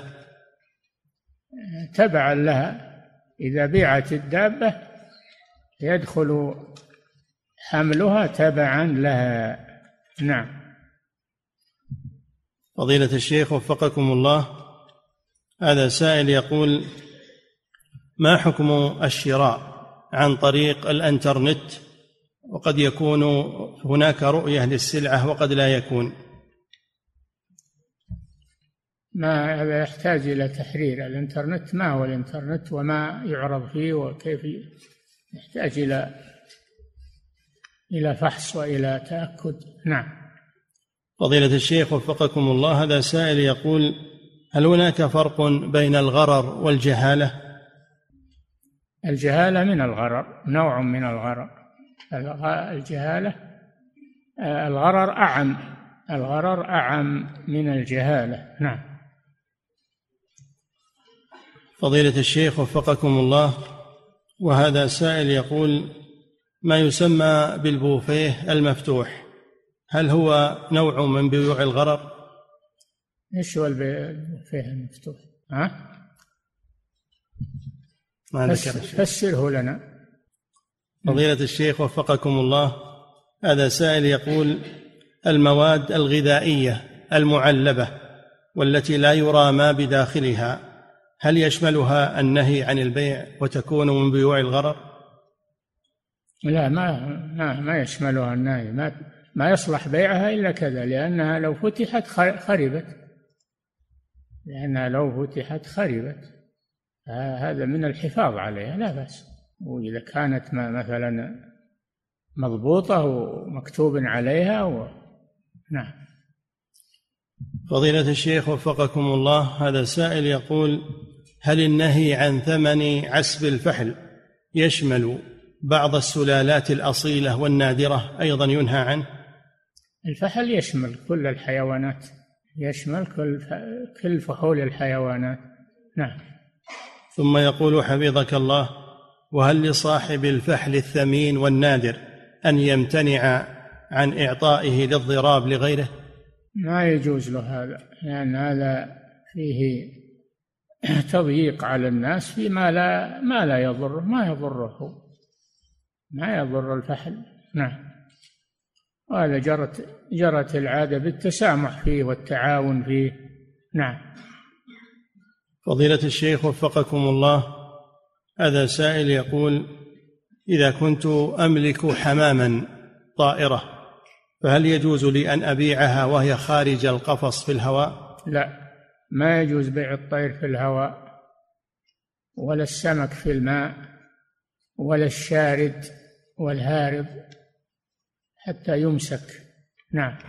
تبعا لها، إذا بيعت الدابة يدخل حملها تبعا لها. نعم. فضيلة الشيخ وفقكم الله، هذا سائل يقول: ما حكم الشراء عن طريق الانترنت، وقد يكون هناك رؤية للسلعة وقد لا يكون؟ ما هذا يحتاج إلى تحرير. الانترنت ما هو الانترنت وما يعرض فيه وكيف، يحتاج إلى فحص وإلى تأكد. نعم. فضيلة الشيخ وفقكم الله، هذا سائل يقول: هل هناك فرق بين الغرر والجهالة؟ الجهالة من الغرر، نوع من الغرر. الجهالة، الغرر أعم من الجهالة. نعم. فضيلة الشيخ وفقكم الله، وهذا سائل يقول: ما يسمى بالبوفيه المفتوح، هل هو نوع من بيوع الغرر؟ ايش هو البوفيه المفتوح؟ فسره لنا. فضيلة الشيخ وفقكم الله، هذا سائل يقول: المواد الغذائية المعلبة والتي لا يرى ما بداخلها، هل يشملها النهي عن البيع وتكون من بيوع الغرر؟ لا، ما يشملها النهي، ما يصلح بيعها إلا كذا، لأنها لو فتحت خربت، هذا من الحفاظ عليها لا بأس. وإذا كانت مثلا مضبوطة ومكتوب عليها نعم. فضيلة الشيخ وفقكم الله، هذا سائل يقول: هل النهي عن ثمن عسب الفحل يشمل بعض السلالات الأصيلة والنادرة أيضا ينهى عنه؟ الفحل يشمل كل الحيوانات، يشمل كل فحول الحيوانات. نعم. ثم يقول حفظك الله: وهل لصاحب الفحل الثمين والنادر أن يمتنع عن إعطائه للضراب لغيره؟ ما يجوز له هذا، لأن هذا فيه تضييق على الناس فيما لا يضره، ما يضر الفحل. نعم. وهذا جرت العادة بالتسامح فيه والتعاون فيه. نعم. فضيلة الشيخ وفقكم الله، هذا سائل يقول: إذا كنت أملك حماما طائرة، فهل يجوز لي أن أبيعها وهي خارج القفص في الهواء؟ لا، ما يجوز بيع الطير في الهواء، ولا السمك في الماء، ولا الشارد والهارب حتى يمسك. نعم.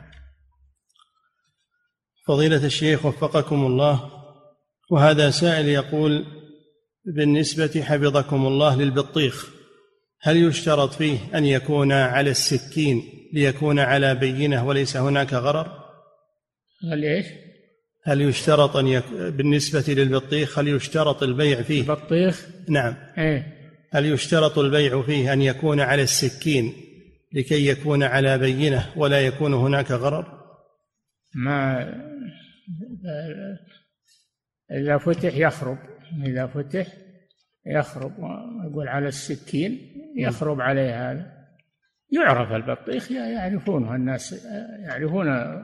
فضيلة الشيخ وفقكم الله، وهذا سائل يقول: بالنسبة حفظكم الله للبطيخ، هل يشترط فيه أن يكون على السكين ليكون على بينة وليس هناك غرر؟ هل يشترط بالنسبة للبطيخ هل يشترط البيع فيه؟ البطيخ؟ نعم. هل يشترط البيع فيه أن يكون على السكين لكي يكون على بينة ولا يكون هناك غرر؟ ما إذا فتح يخرب، ويقول على السكين يخرب عليه. هذا يعرف البطيخ، يعرفونه الناس، يعرفون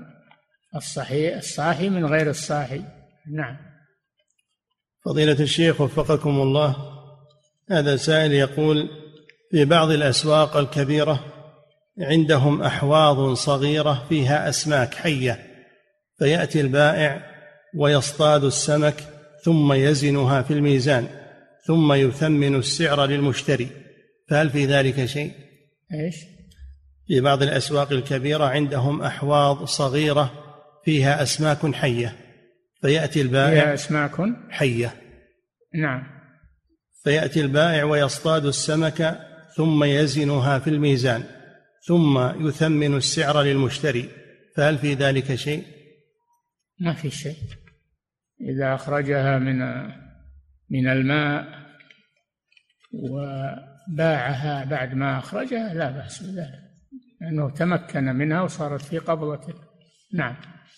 الصاحي من غير الصاحي. نعم. فضيلة الشيخ وفقكم الله، هذا سائل يقول: في بعض الأسواق الكبيرة عندهم أحواض صغيرة فيها أسماك حية، فيأتي البائع ويصطاد السمك ثم يزنها في الميزان ثم يثمن السعر للمشتري، فهل في ذلك شيء؟ في بعض الأسواق الكبيرة عندهم أحواض صغيرة فيها أسماك حية، فيأتي البائع فيها أسماك حية. نعم. فيأتي البائع ويصطاد السمك ثم يزنها في الميزان ثم يثمن السعر للمشتري، فهل في ذلك شيء؟ ما في شيء. إذا أخرجها من الماء وباعها بعد ما أخرجها لا بأس بذلك، لأنه تمكن منها وصارت في قبضته. نعم.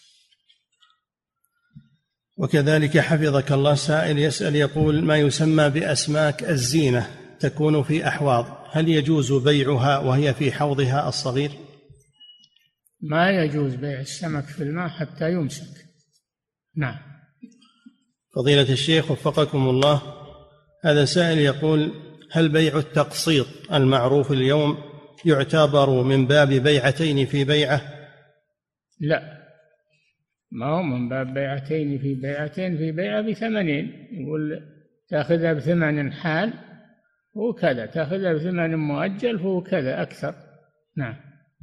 وكذلك حفظك الله سائل يسأل يقول: ما يسمى بأسماك الزينة تكون في أحواض، هل يجوز بيعها وهي في حوضها الصغير؟ ما يجوز بيع السمك في الماء حتى يمسك. نعم. فضيلة الشيخ وفقكم الله، هذا سائل يقول: هل بيع التقسيط المعروف اليوم يعتبر من باب بيعتين في بيعة؟ لا، ما هو من باب بيعتين في بيعتين في بيعة بثمنين. يقول تأخذها بثمن حال هو كذا، تأخذها بثمن مؤجل فهو كذا أكثر. نعم.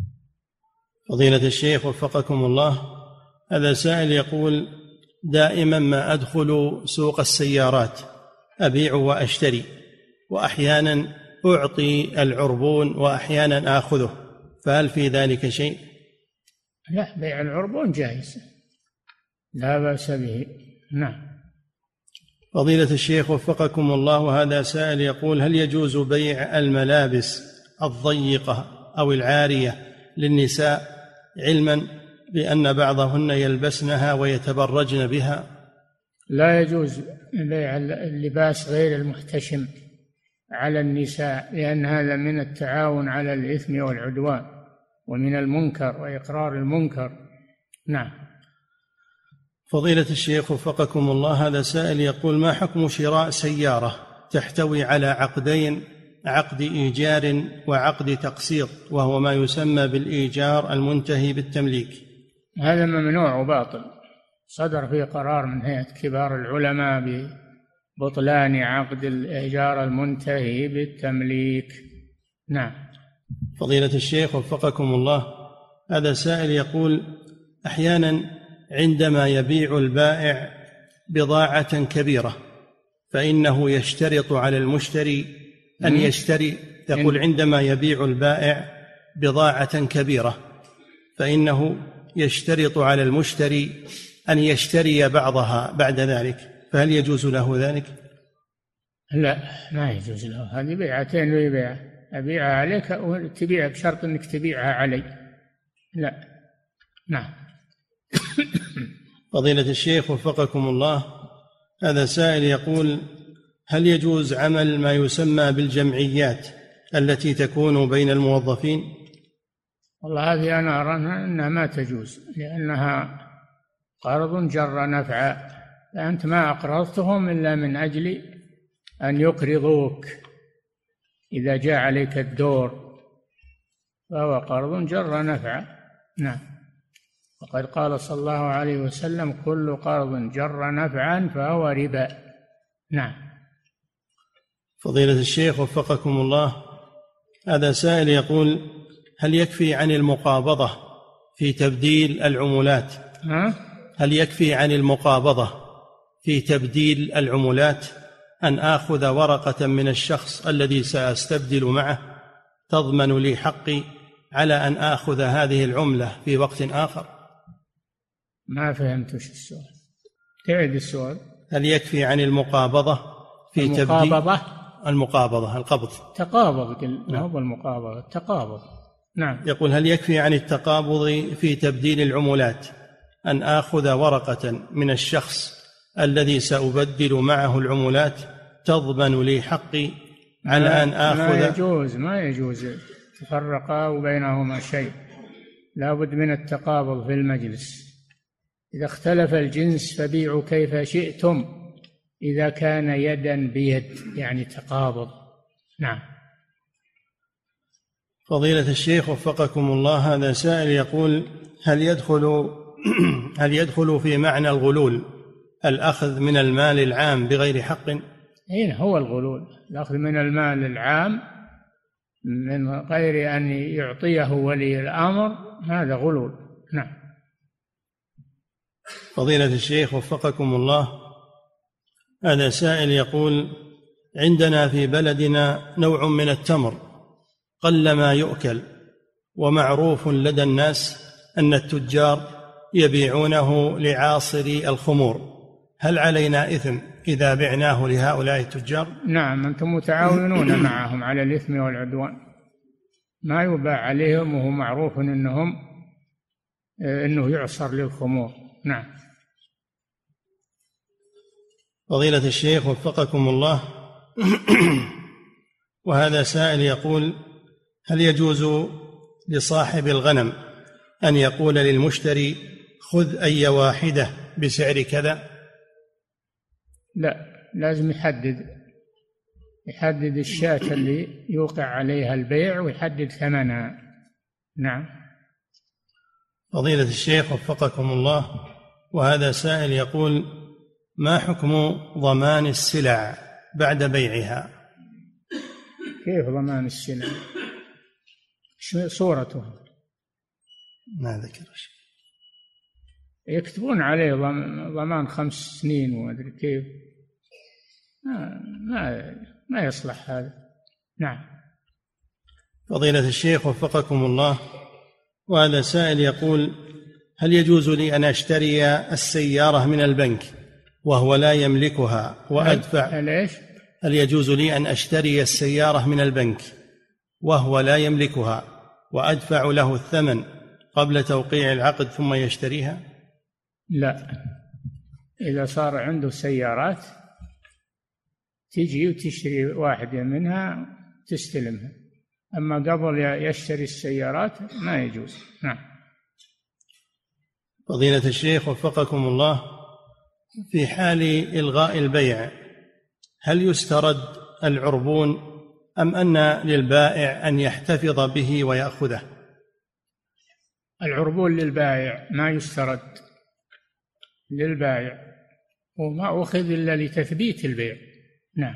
فضيلة الشيخ وفقكم الله، هذا سائل يقول: دائما ما أدخل سوق السيارات أبيع وأشتري، وأحيانا أعطي العربون وأحيانا آخذه، فهل في ذلك شيء؟ لا، بيع العربون جائز لا بأس به. نعم. فضيلة الشيخ وفقكم الله، وهذا سائل يقول: هل يجوز بيع الملابس الضيقة أو العارية للنساء علما بأن بعضهن يلبسنها ويتبرجن بها؟ لا يجوز بيع اللباس غير المحتشم على النساء، لأن هذا من التعاون على الإثم والعدوان ومن المنكر وإقرار المنكر. نعم. فضيلة الشيخ وفقكم الله، هذا سائل يقول: ما حكم شراء سيارة تحتوي على عقدين، عقد إيجار وعقد تقسيط، وهو ما يسمى بالإيجار المنتهي بالتمليك؟ هذا ممنوع وباطل، صدر فيه قرار من هيئة كبار العلماء ببطلان عقد الإيجار المنتهي بالتمليك. نعم. فضيلة الشيخ وفقكم الله، هذا سائل يقول: أحيانا عندما يبيع البائع بضاعة كبيرة فإنه يشترط على المشتري أن يشتري، يقول عندما يبيع البائع بضاعة كبيرة فإنه يشترط على المشتري أن يشتري بعضها بعد ذلك، فهل يجوز له ذلك؟ لا، ما يجوز له. هذه بيعتين ويبيع، أبيعها عليك وتبيعها بشرط أنك تبيعها علي. لا. نعم. فضيلة الشيخ وفقكم الله، هذا سائل يقول: هل يجوز عمل ما يسمى بالجمعيات التي تكون بين الموظفين؟ والله هذه أنا أرى أنها ما تجوز، لأنها قرض جر نفعا، فأنت ما أقرضتهم إلا من أجل أن يقرضوك إذا جاء عليك الدور، فهو قرض جر نفعا. نعم. وقد قال صلى الله عليه وسلم: كل قرض جر نفعا فهو ربا. نعم. فضيلة الشيخ وفقكم الله، هذا سائل يقول: هل يكفي عن المقابضة في تبديل العملات؟ هل يكفي عن المقابضة في تبديل العملات أن آخذ ورقة من الشخص الذي سأستبدل معه تضمن لي حقي على أن آخذ هذه العملة في وقت آخر؟ ما فهمت وش السؤال، تعيد السؤال. هل يكفي عن المقابضة في المقابضة؟ المقابضة القبض، تقابض، ما هو المقابضة، التقابض. نعم. يقول: هل يكفي عن التقابض في تبديل العملات أن آخذ ورقة من الشخص الذي سأبدل معه العملات تضمن لي حقي على أن آخذ؟ ما يجوز تفرقا وبينهما شيء، لا بد من التقابض في المجلس. إذا اختلف الجنس فبيعوا كيف شئتم، إذا كان يدا بيد يعني تقابض. نعم. فضيلة الشيخ وفقكم الله، هذا سائل يقول: هل يدخل في معنى الغلول الأخذ من المال العام بغير حق؟ هنا هو الغلول، الأخذ من المال العام من غير أن يعطيه ولي الأمر، هذا غلول. نعم. فضيلة الشيخ وفقكم الله، هذا سائل يقول: عندنا في بلدنا نوع من التمر قلما يؤكل، ومعروف لدى الناس أن التجار يبيعونه لعاصري الخمور، هل علينا إثم إذا بعناه لهؤلاء التجار؟ نعم، أنتم متعاونون معهم على الإثم والعدوان، ما يباع عليهم وهو معروف أنه يعصر للخمور. نعم. فضيلة الشيخ وفقكم الله، وهذا سائل يقول: هل يجوز لصاحب الغنم أن يقول للمشتري خذ أي واحدة بسعر كذا؟ لا، لازم يحدد الشاة اللي يوقع عليها البيع ويحدد ثمنها. نعم. فضيلة الشيخ وفقكم الله، وهذا سائل يقول: ما حكم ضمان السلع بعد بيعها؟ كيف ضمان السلع؟ شو صورته؟ ما ذكر شيء. يكتبون عليه ضمان 5 سنين وما أدري كيف. ما يصلح هذا. نعم. فضيلة الشيخ وفقكم الله، وهذا سائل يقول: هل يجوز لي أن أشتري السيارة من البنك وهو لا يملكها وأدفع؟ هل يجوز لي أن أشتري السيارة من البنك وهو لا يملكها وأدفع له الثمن قبل توقيع العقد ثم يشتريها؟ لا، إذا صار عنده سيارات تجي وتشتري واحدة منها تستلمها، أما قبل يشتري السيارات ما يجوز. نعم. فضيلة الشيخ وفقكم الله، في حال إلغاء البيع هل يسترد العربون أم أن للبائع أن يحتفظ به ويأخذه؟ العربون للبائع، ما يسترد للبائع، وما أخذ إلا لتثبيت البيع. نعم.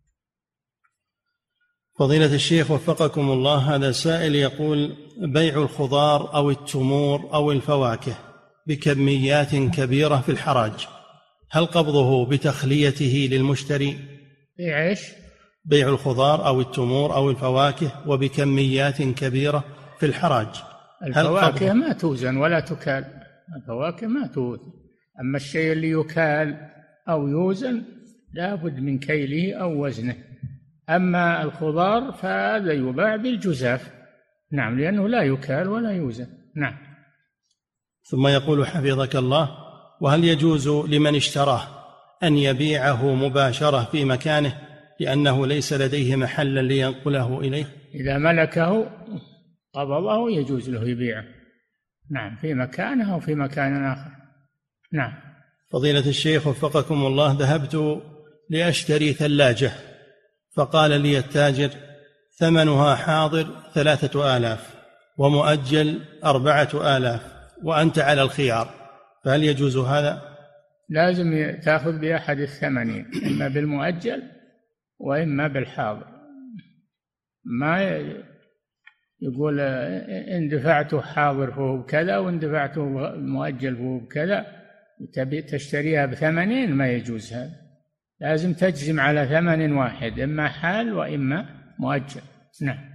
فضيلة الشيخ وفقكم الله، هذا سائل يقول: بيع الخضار أو التمور أو الفواكه بكميات كبيرة في الحراج، هل قبضه بتخليته للمشتري؟ بيع الخضار أو التمور أو الفواكه وبكميات كبيرة في الحراج، الفواكه ما توزن ولا تكال، الفواكه ما توزن، أما الشيء اللي يكال أو يوزن لا بد من كيله أو وزنه. أما الخضار فهذا يباع بالجزاف. نعم، لأنه لا يكال ولا يوزن. نعم. ثم يقول حفظك الله: وهل يجوز لمن اشتراه أن يبيعه مباشرة في مكانه لأنه ليس لديه محلا لينقله إليه؟ إذا ملكه قبضه يجوز له يبيعه. نعم، في مكانه أو في مكان آخر. نعم. فضيلة الشيخ وفقكم الله، ذهبت لأشتري ثلاجة فقال لي التاجر: ثمنها حاضر 3000 ومؤجل 4000 وأنت على الخيار، فهل يجوز هذا؟ لازم تأخذ بأحد الثمنين، إما بالمؤجل وإما بالحاضر. ما يقول إن دفعته حاضر فهو بكذا وإن دفعته مؤجل فهو بكذا، تبي تشتريها بثمنين، ما يجوز هذا. لازم تجزم على ثمن واحد، إما حال وإما مؤجل. نعم.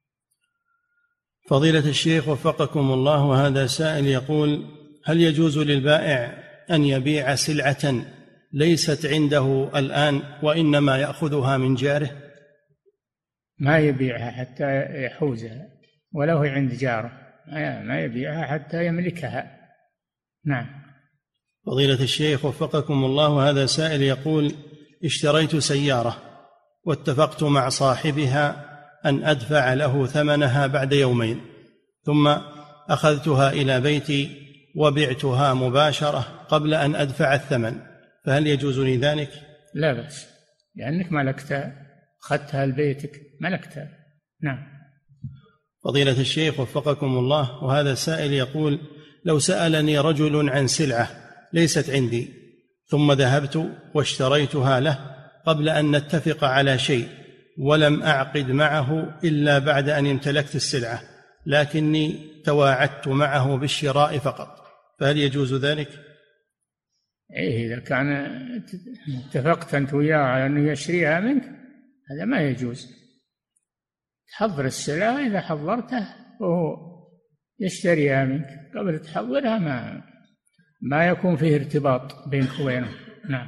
فضيلة الشيخ وفقكم الله، وهذا سائل يقول: هل يجوز للبائع أن يبيع سلعة ليست عنده الآن وإنما يأخذها من جاره؟ ما يبيعها حتى يحوزها ولو هي عند جاره، ما يبيعها حتى يملكها. نعم. فضيلة الشيخ وفقكم الله، وهذا سائل يقول: اشتريت سيارة واتفقت مع صاحبها أن أدفع له ثمنها بعد يومين، ثم أخذتها إلى بيتي وبعتها مباشرة قبل أن أدفع الثمن، فهل يجوز لي ذلك؟ لا بأس، لأنك ملكتها، أخذتها لبيتك ملكتها. نعم. فضيلة الشيخ وفقكم الله، وهذا سائل يقول: لو سألني رجل عن سلعة ليست عندي ثم ذهبت واشتريتها له قبل أن نتفق على شيء ولم أعقد معه إلا بعد أن امتلكت السلعة، لكني تواعدت معه بالشراء فقط، فهل يجوز ذلك؟ إذا كان اتفقت أنت وياه على أنه يشتريها منك هذا ما يجوز. تحضر السلعة، إذا حضرته وهو يشتريها منك قبل تحضرها ما يكون فيه ارتباط بينك وبينه. نعم.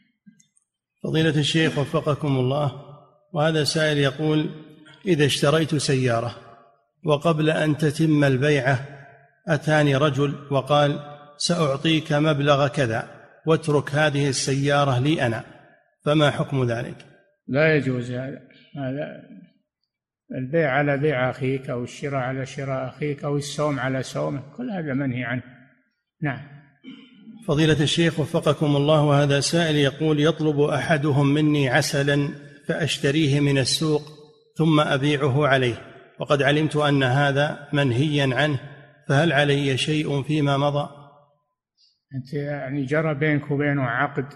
فضيلة الشيخ وفقكم الله، وهذا سائل يقول: إذا اشتريت سيارة وقبل أن تتم البيعة أتاني رجل وقال: سأعطيك مبلغ كذا واترك هذه السيارة لي أنا، فما حكم ذلك؟ لا يجوز هذا البيع على بيع أخيك، أو الشراء على شراء أخيك، أو السوم على سومه، كل هذا منهي عنه. نعم. فضيلة الشيخ وفقكم الله، وهذا سائل يقول: يطلب أحدهم مني عسلا فأشتريه من السوق ثم أبيعه عليه، وقد علمت أن هذا منهيا عنه، فهل علي شيء فيما مضى؟ أنت يعني جرى بينك وبينه عقد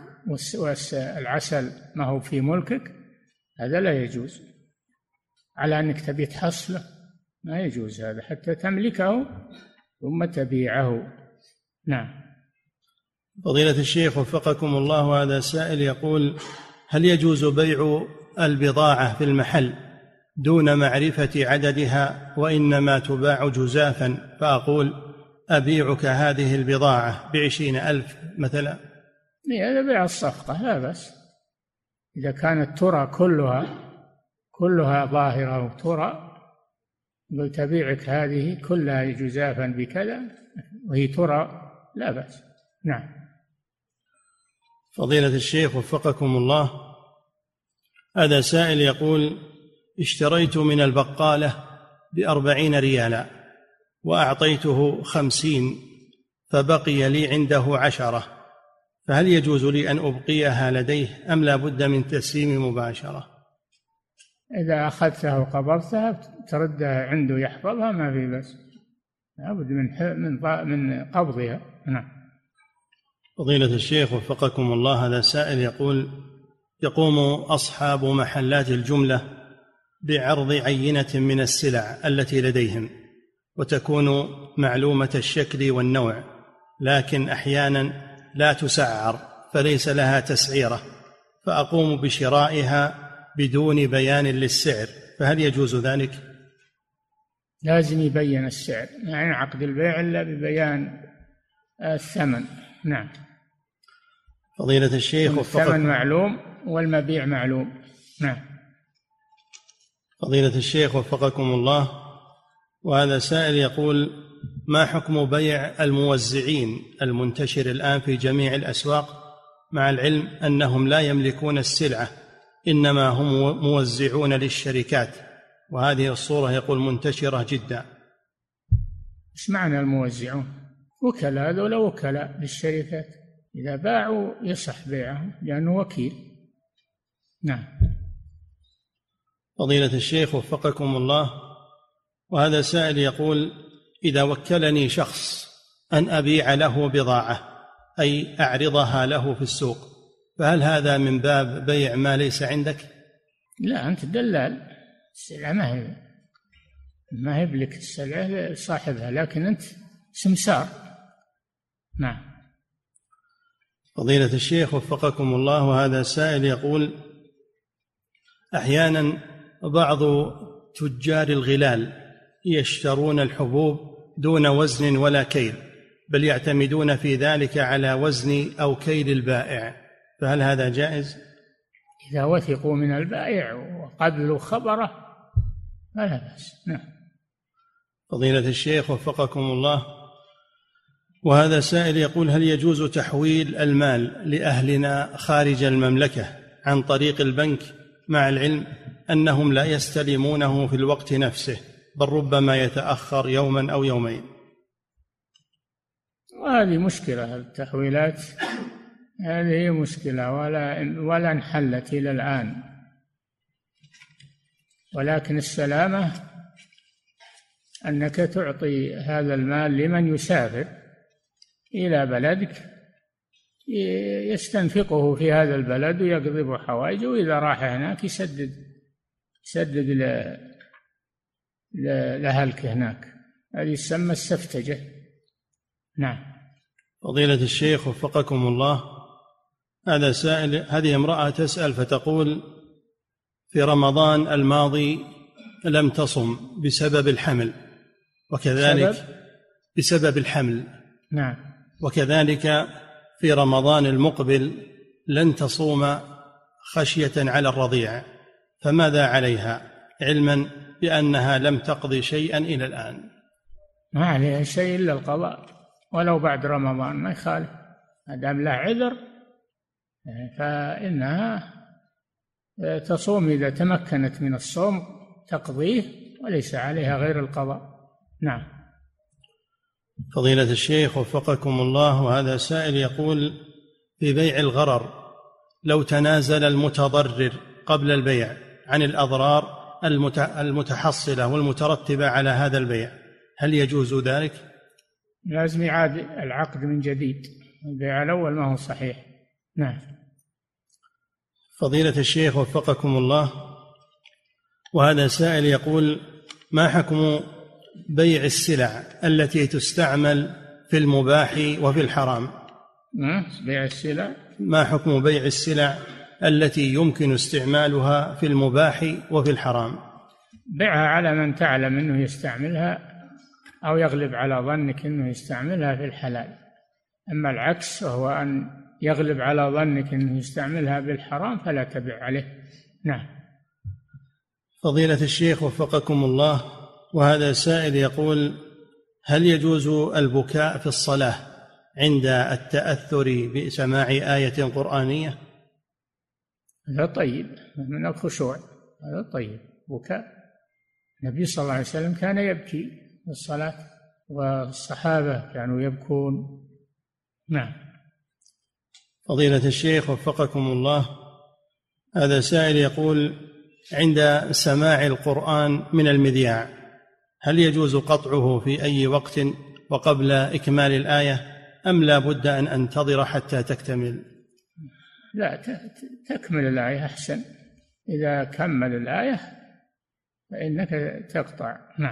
والعسل ما هو في ملكك، هذا لا يجوز. على أنك تبي تحصله ما يجوز هذا حتى تملكه ثم تبيعه. نعم. فضيلة الشيخ وفقكم الله، وهذا سائل يقول: هل يجوز بيع البضاعة في المحل دون معرفة عددها وإنما تباع جزافا، فأقول: أبيعك هذه البضاعة ب20,000 مثلا؟ هذا بيع الصفقة لا بأس، إذا كانت ترى كلها ظاهرة وترى، قلت أبيعك هذه كلها جزافا بكذا وهي ترى، لا بأس. نعم. فضيلة الشيخ وفقكم الله، هذا سائل يقول: اشتريت من البقالة ب40 ريالا وأعطيته 50 فبقي لي عنده 10، فهل يجوز لي أن أبقيها لديه أم لا بد من تسليم مباشرة؟ إذا أخذتها وقبضتها تردها عنده يحفظها ما في بس، لا بد من قبضها. نعم. فضيلة الشيخ وفقكم الله، هذا سائل يقول: يقوم أصحاب محلات الجملة بعرض عينة من السلع التي لديهم، وتكون معلومة الشكل والنوع، لكن أحيانا لا تسعر فليس لها تسعيرة، فأقوم بشرائها بدون بيان للسعر، فهل يجوز ذلك؟ لازم يبين السعر، ما ينعقد البيع إلا ببيان الثمن. نعم. فضيلة الشيخ الثمن معلوم والمبيع معلوم. نعم. فضيلة الشيخ وفقكم الله، وهذا سائل يقول: ما حكم بيع الموزعين المنتشر الآن في جميع الأسواق، مع العلم أنهم لا يملكون السلعة إنما هم موزعون للشركات، وهذه الصورة يقول منتشرة جدا؟ ايش معنى الموزعون؟ وكلاء، هذول وكلاء للشركات، إذا باعوا يصح بيعهم لأنه وكيل. نعم. فضيلة الشيخ وفقكم الله، وهذا سائل يقول: إذا وكلني شخص أن أبيع له بضاعة أي أعرضها له في السوق، فهل هذا من باب بيع ما ليس عندك؟ لا، أنت دلال، السلعة ما هي بلك، السلعة صاحبها، لكن أنت سمسار. نعم. فضيلة الشيخ وفقكم الله، وهذا سائل يقول: أحيانا بعض تجار الغلال يشترون الحبوب دون وزن ولا كيل، بل يعتمدون في ذلك على وزن أو كيل البائع، فهل هذا جائز؟ إذا وثقوا من البائع وقبلوا خبره فلا بأس. نعم. فضيلة الشيخ وفقكم الله، وهذا سائل يقول: هل يجوز تحويل المال لأهلنا خارج المملكة عن طريق البنك، مع العلم أنهم لا يستلمونه في الوقت نفسه، بل ربما يتأخر يوما أو يومين؟ وهذه مشكلة، التحويلات هذه مشكلة ولا انحلت إلى الآن، ولكن السلامة أنك تعطي هذا المال لمن يسافر إلى بلدك يستنفقه في هذا البلد ويقضي حوائجه، وإذا راح هناك يسدد لأهلك هناك، هذه تسمى السفتجة. نعم. فضيلة الشيخ وفقكم الله، هذا سائل، هذه امرأة تسأل فتقول: في رمضان الماضي لم تصم بسبب الحمل، وكذلك بسبب الحمل. نعم. وكذلك في رمضان المقبل لن تصوم خشية على الرضيع، فماذا عليها علما بأنها لم تقضي شيئا إلى الآن؟ ما عليها شيء إلا القضاء، ولو بعد رمضان ما يخالف، ما دام له عذر فإنها تصوم إذا تمكنت من الصوم تقضيه، وليس عليها غير القضاء. نعم. فضيلة الشيخ وفقكم الله، وهذا سائل يقول: في بيع الغرر لو تنازل المتضرر قبل البيع عن الأضرار المتحصلة والمترتبة على هذا البيع، هل يجوز ذلك؟ لازم يعاد العقد من جديد، البيع الأول ما هو صحيح. نعم. فضيلة الشيخ وفقكم الله، وهذا سائل يقول: ما حكم بيع السلع التي تستعمل في المباح وفي الحرام؟ بيع السلع، ما حكم بيع السلع التي يمكن استعمالها في المباح وفي الحرام؟ بيعها على من تعلم أنه يستعملها أو يغلب على ظنك أنه يستعملها في الحلال. أما العكس وهو أن يغلب على ظنك أنه يستعملها بالحرام فلا تبع عليه. نعم. فضيلة الشيخ وفقكم الله، وهذا سائل يقول: هل يجوز البكاء في الصلاة عند التأثر بسماع آية قرآنية؟ هذا طيب، من الخشوع، هذا طيب بكاء. النبي صلى الله عليه وسلم كان يبكي في الصلاة، والصحابة كانوا يبكون. نعم. فضيلة الشيخ وفقكم الله، هذا سائل يقول: عند سماع القرآن من المذياع هل يجوز قطعه في أي وقت وقبل إكمال الآية، أم لا بد أن أنتظر حتى تكتمل؟ لا، تكمل الآية أحسن. إذا كمل الآية فإنك تقطع. نعم.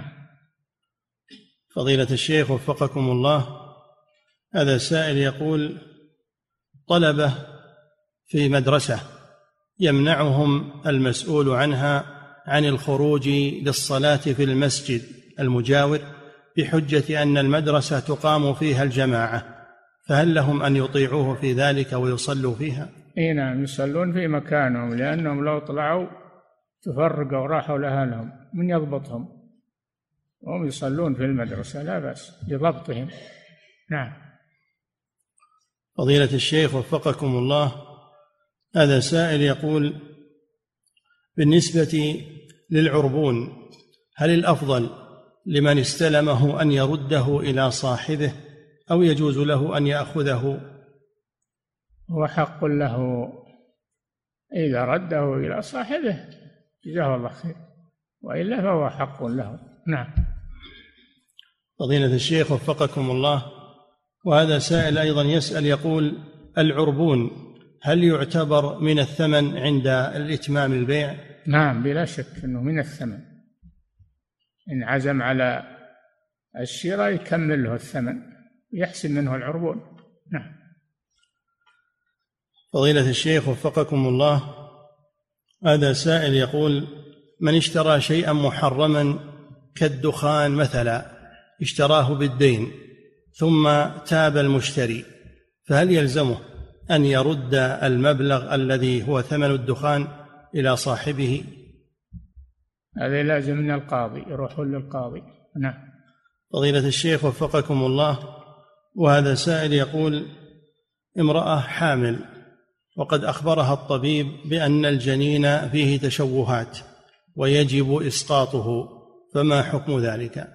فضيلة الشيخ وفقكم الله، هذا سائل يقول: طلبة في مدرسة يمنعهم المسؤول عنها عن الخروج للصلاة في المسجد المجاور بحجة أن المدرسة تقام فيها الجماعة، فهل لهم أن يطيعوه في ذلك ويصلوا فيها؟ نعم، يصلون في مكانهم، لأنهم لو طلعوا تفرقوا وراحوا لأهلهم من يضبطهم، وهم يصلون في المدرسة لا بأس لضبطهم. نعم. فضيلة الشيخ وفقكم الله، هذا سائل يقول: بالنسبة للعربون هل الأفضل لمن استلمه أن يرده إلى صاحبه أو يجوز له أن يأخذه؟ هو حق له، إذا رده إلى صاحبه جزاه الله خير، وإلا فهو حق له. نعم. فضيلة الشيخ وفقكم الله، وهذا سائل أيضا يسأل يقول: العربون هل يعتبر من الثمن عند الإتمام البيع؟ نعم، بلا شك أنه من الثمن، إن عزم على الشراء يكمل له الثمن يحسن منه العربون. نعم. فضيلة الشيخ وفقكم الله، هذا سائل يقول: من اشترى شيئا محرما كالدخان مثلا، اشتراه بالدين ثم تاب المشتري، فهل يلزمه أن يرد المبلغ الذي هو ثمن الدخان إلى صاحبه؟ هذا لازم من القاضي، يروح للقاضي. نعم. فضيلة الشيخ وفقكم الله، وهذا سائل يقول: امرأة حامل وقد أخبرها الطبيب بأن الجنين فيه تشوهات ويجب إسقاطه، فما حكم ذلك؟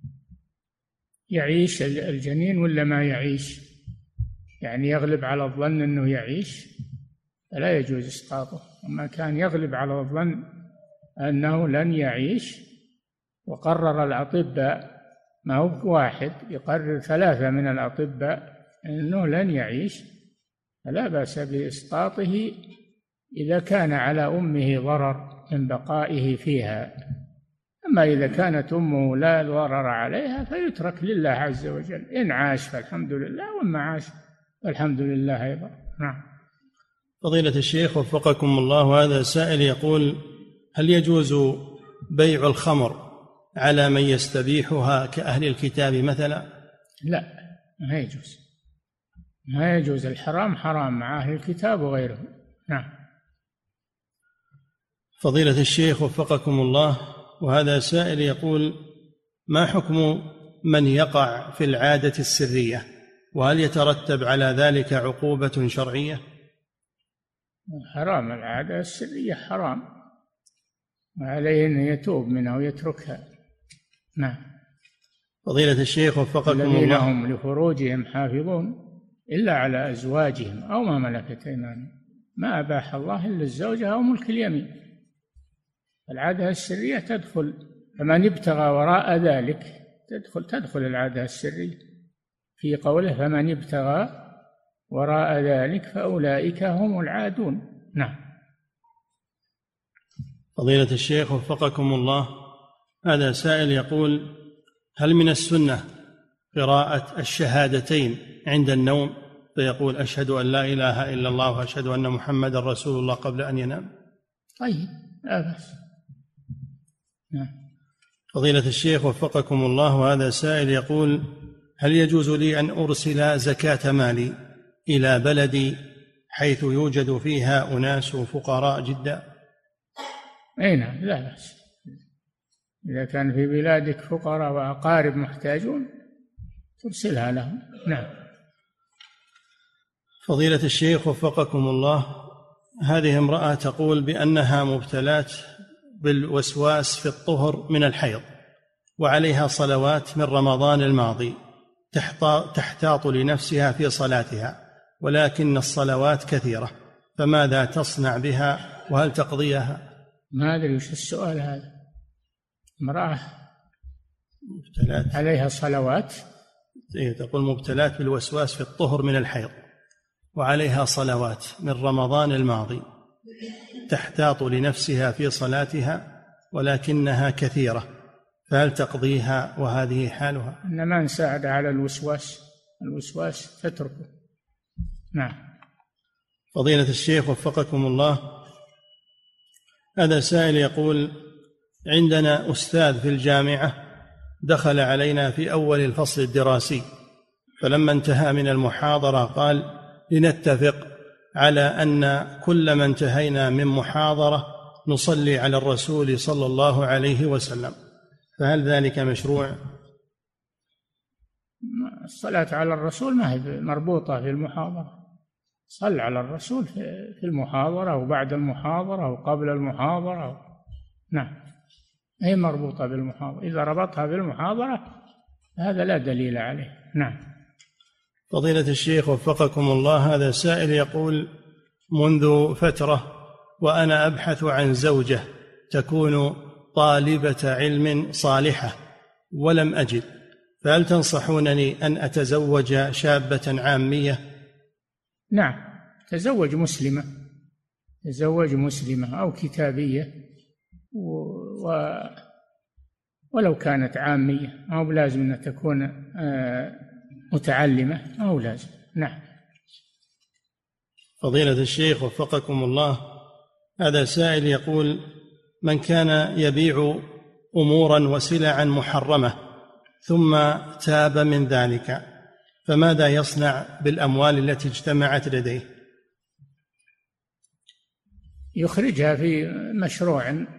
يعيش الجنين ولا ما يعيش؟ يعني يغلب على الظن أنه يعيش فلا يجوز إسقاطه. أما كان يغلب على الظن أنه لن يعيش وقرر الأطباء، ما هو واحد، يقرر 3 من الأطباء أنه لن يعيش، فلا بأس بإسقاطه إذا كان على أمه ضرر من بقائه فيها. أما إذا كانت أمه لا ضرر عليها فيترك لله عز وجل، إن عاش فالحمد لله، وإن ما عاش فالحمد لله أيضا. نعم. فضيلة الشيخ وفقكم الله، هذا سائل يقول: هل يجوز بيع الخمر على من يستبيحها كأهل الكتاب مثلا؟ لا، ما يجوز، ما يجوز. الحرام حرام مع أهل الكتاب وغيرهم. نعم. فضيلة الشيخ وفقكم الله، وهذا سائل يقول: ما حكم من يقع في العادة السرية، وهل يترتب على ذلك عقوبة شرعية؟ حرام، العادة السرية حرام، وعليه أن يتوب منها ويتركها. نعم. فضيلة الشيخ وفقكم الله، الذين هم لفروجهم حافظون إلا على أزواجهم أو ما ملكت أيمانهم، ما أباح الله إلا الزوجة أو ملك اليمين. العادة السرية تدخل، فمن ابتغى وراء ذلك تدخل العادة السرية في قوله: فمن ابتغى وراء ذلك فأولئك هم العادون. نعم. فضيلة الشيخ وفقكم الله، هذا سائل يقول: هل من السنة قراءة الشهادتين عند النوم، فيقول: أشهد أن لا إله إلا الله وأشهد أن محمدا رسول الله قبل أن ينام؟ طيب، لا بأس. نعم. فضيلة الشيخ وفقكم الله، وهذا سائل يقول: هل يجوز لي أن أرسل زكاة مالي إلى بلدي حيث يوجد فيها أناس فقراء جدا؟ أي نعم، لا بأس. إذا كان في بلادك فقراء وأقارب محتاجون ترسلها لهم. نعم. فضيلة الشيخ وفقكم الله، هذه امرأة تقول بأنها مبتلاة بالوسواس في الطهر من الحيض، وعليها صلوات من رمضان الماضي تحتاط لنفسها في صلاتها، ولكن الصلوات كثيرة، فماذا تصنع بها وهل تقضيها؟ ما أدري وش السؤال هذا. امرأة مبتلات عليها صلوات، تقول مبتلاة بالوسواس في الطهر من الحيض، وعليها صلوات من رمضان الماضي تحتاط لنفسها في صلاتها ولكنها كثيرة، فهل تقضيها وهذه حالها؟ إنما نساعد على الوسواس تتركه. نعم. فضيلة الشيخ وفقكم الله، هذا سائل يقول: عندنا أستاذ في الجامعة دخل علينا في أول الفصل الدراسي، فلما انتهى من المحاضرة قال: لنتفق على أن كلما انتهينا من محاضرة نصلي على الرسول صلى الله عليه وسلم، فهل ذلك مشروع؟ الصلاة على الرسول ما هي مربوطة في المحاضرة. صل على الرسول في المحاضرة وبعد المحاضرة وقبل المحاضرة. نعم، هي مربوطة بالمحاضرة. إذا ربطها بالمحاضرة هذا لا دليل عليه. نعم. فضيلة الشيخ وفقكم الله، هذا سائل يقول: منذ فترة وأنا أبحث عن زوجة تكون طالبة علم صالحة ولم أجد، فهل تنصحونني أن أتزوج شابة عامية؟ نعم، تزوج مسلمة أو كتابية، ولو كانت عامية، أو لازم أن تكون متعلمة، أو لازم. نعم. فضيلة الشيخ وفقكم الله، هذا سائل يقول: من كان يبيع أمورا وسلعا محرمة ثم تاب من ذلك، فماذا يصنع بالأموال التي اجتمعت لديه؟ يخرجها في مشروع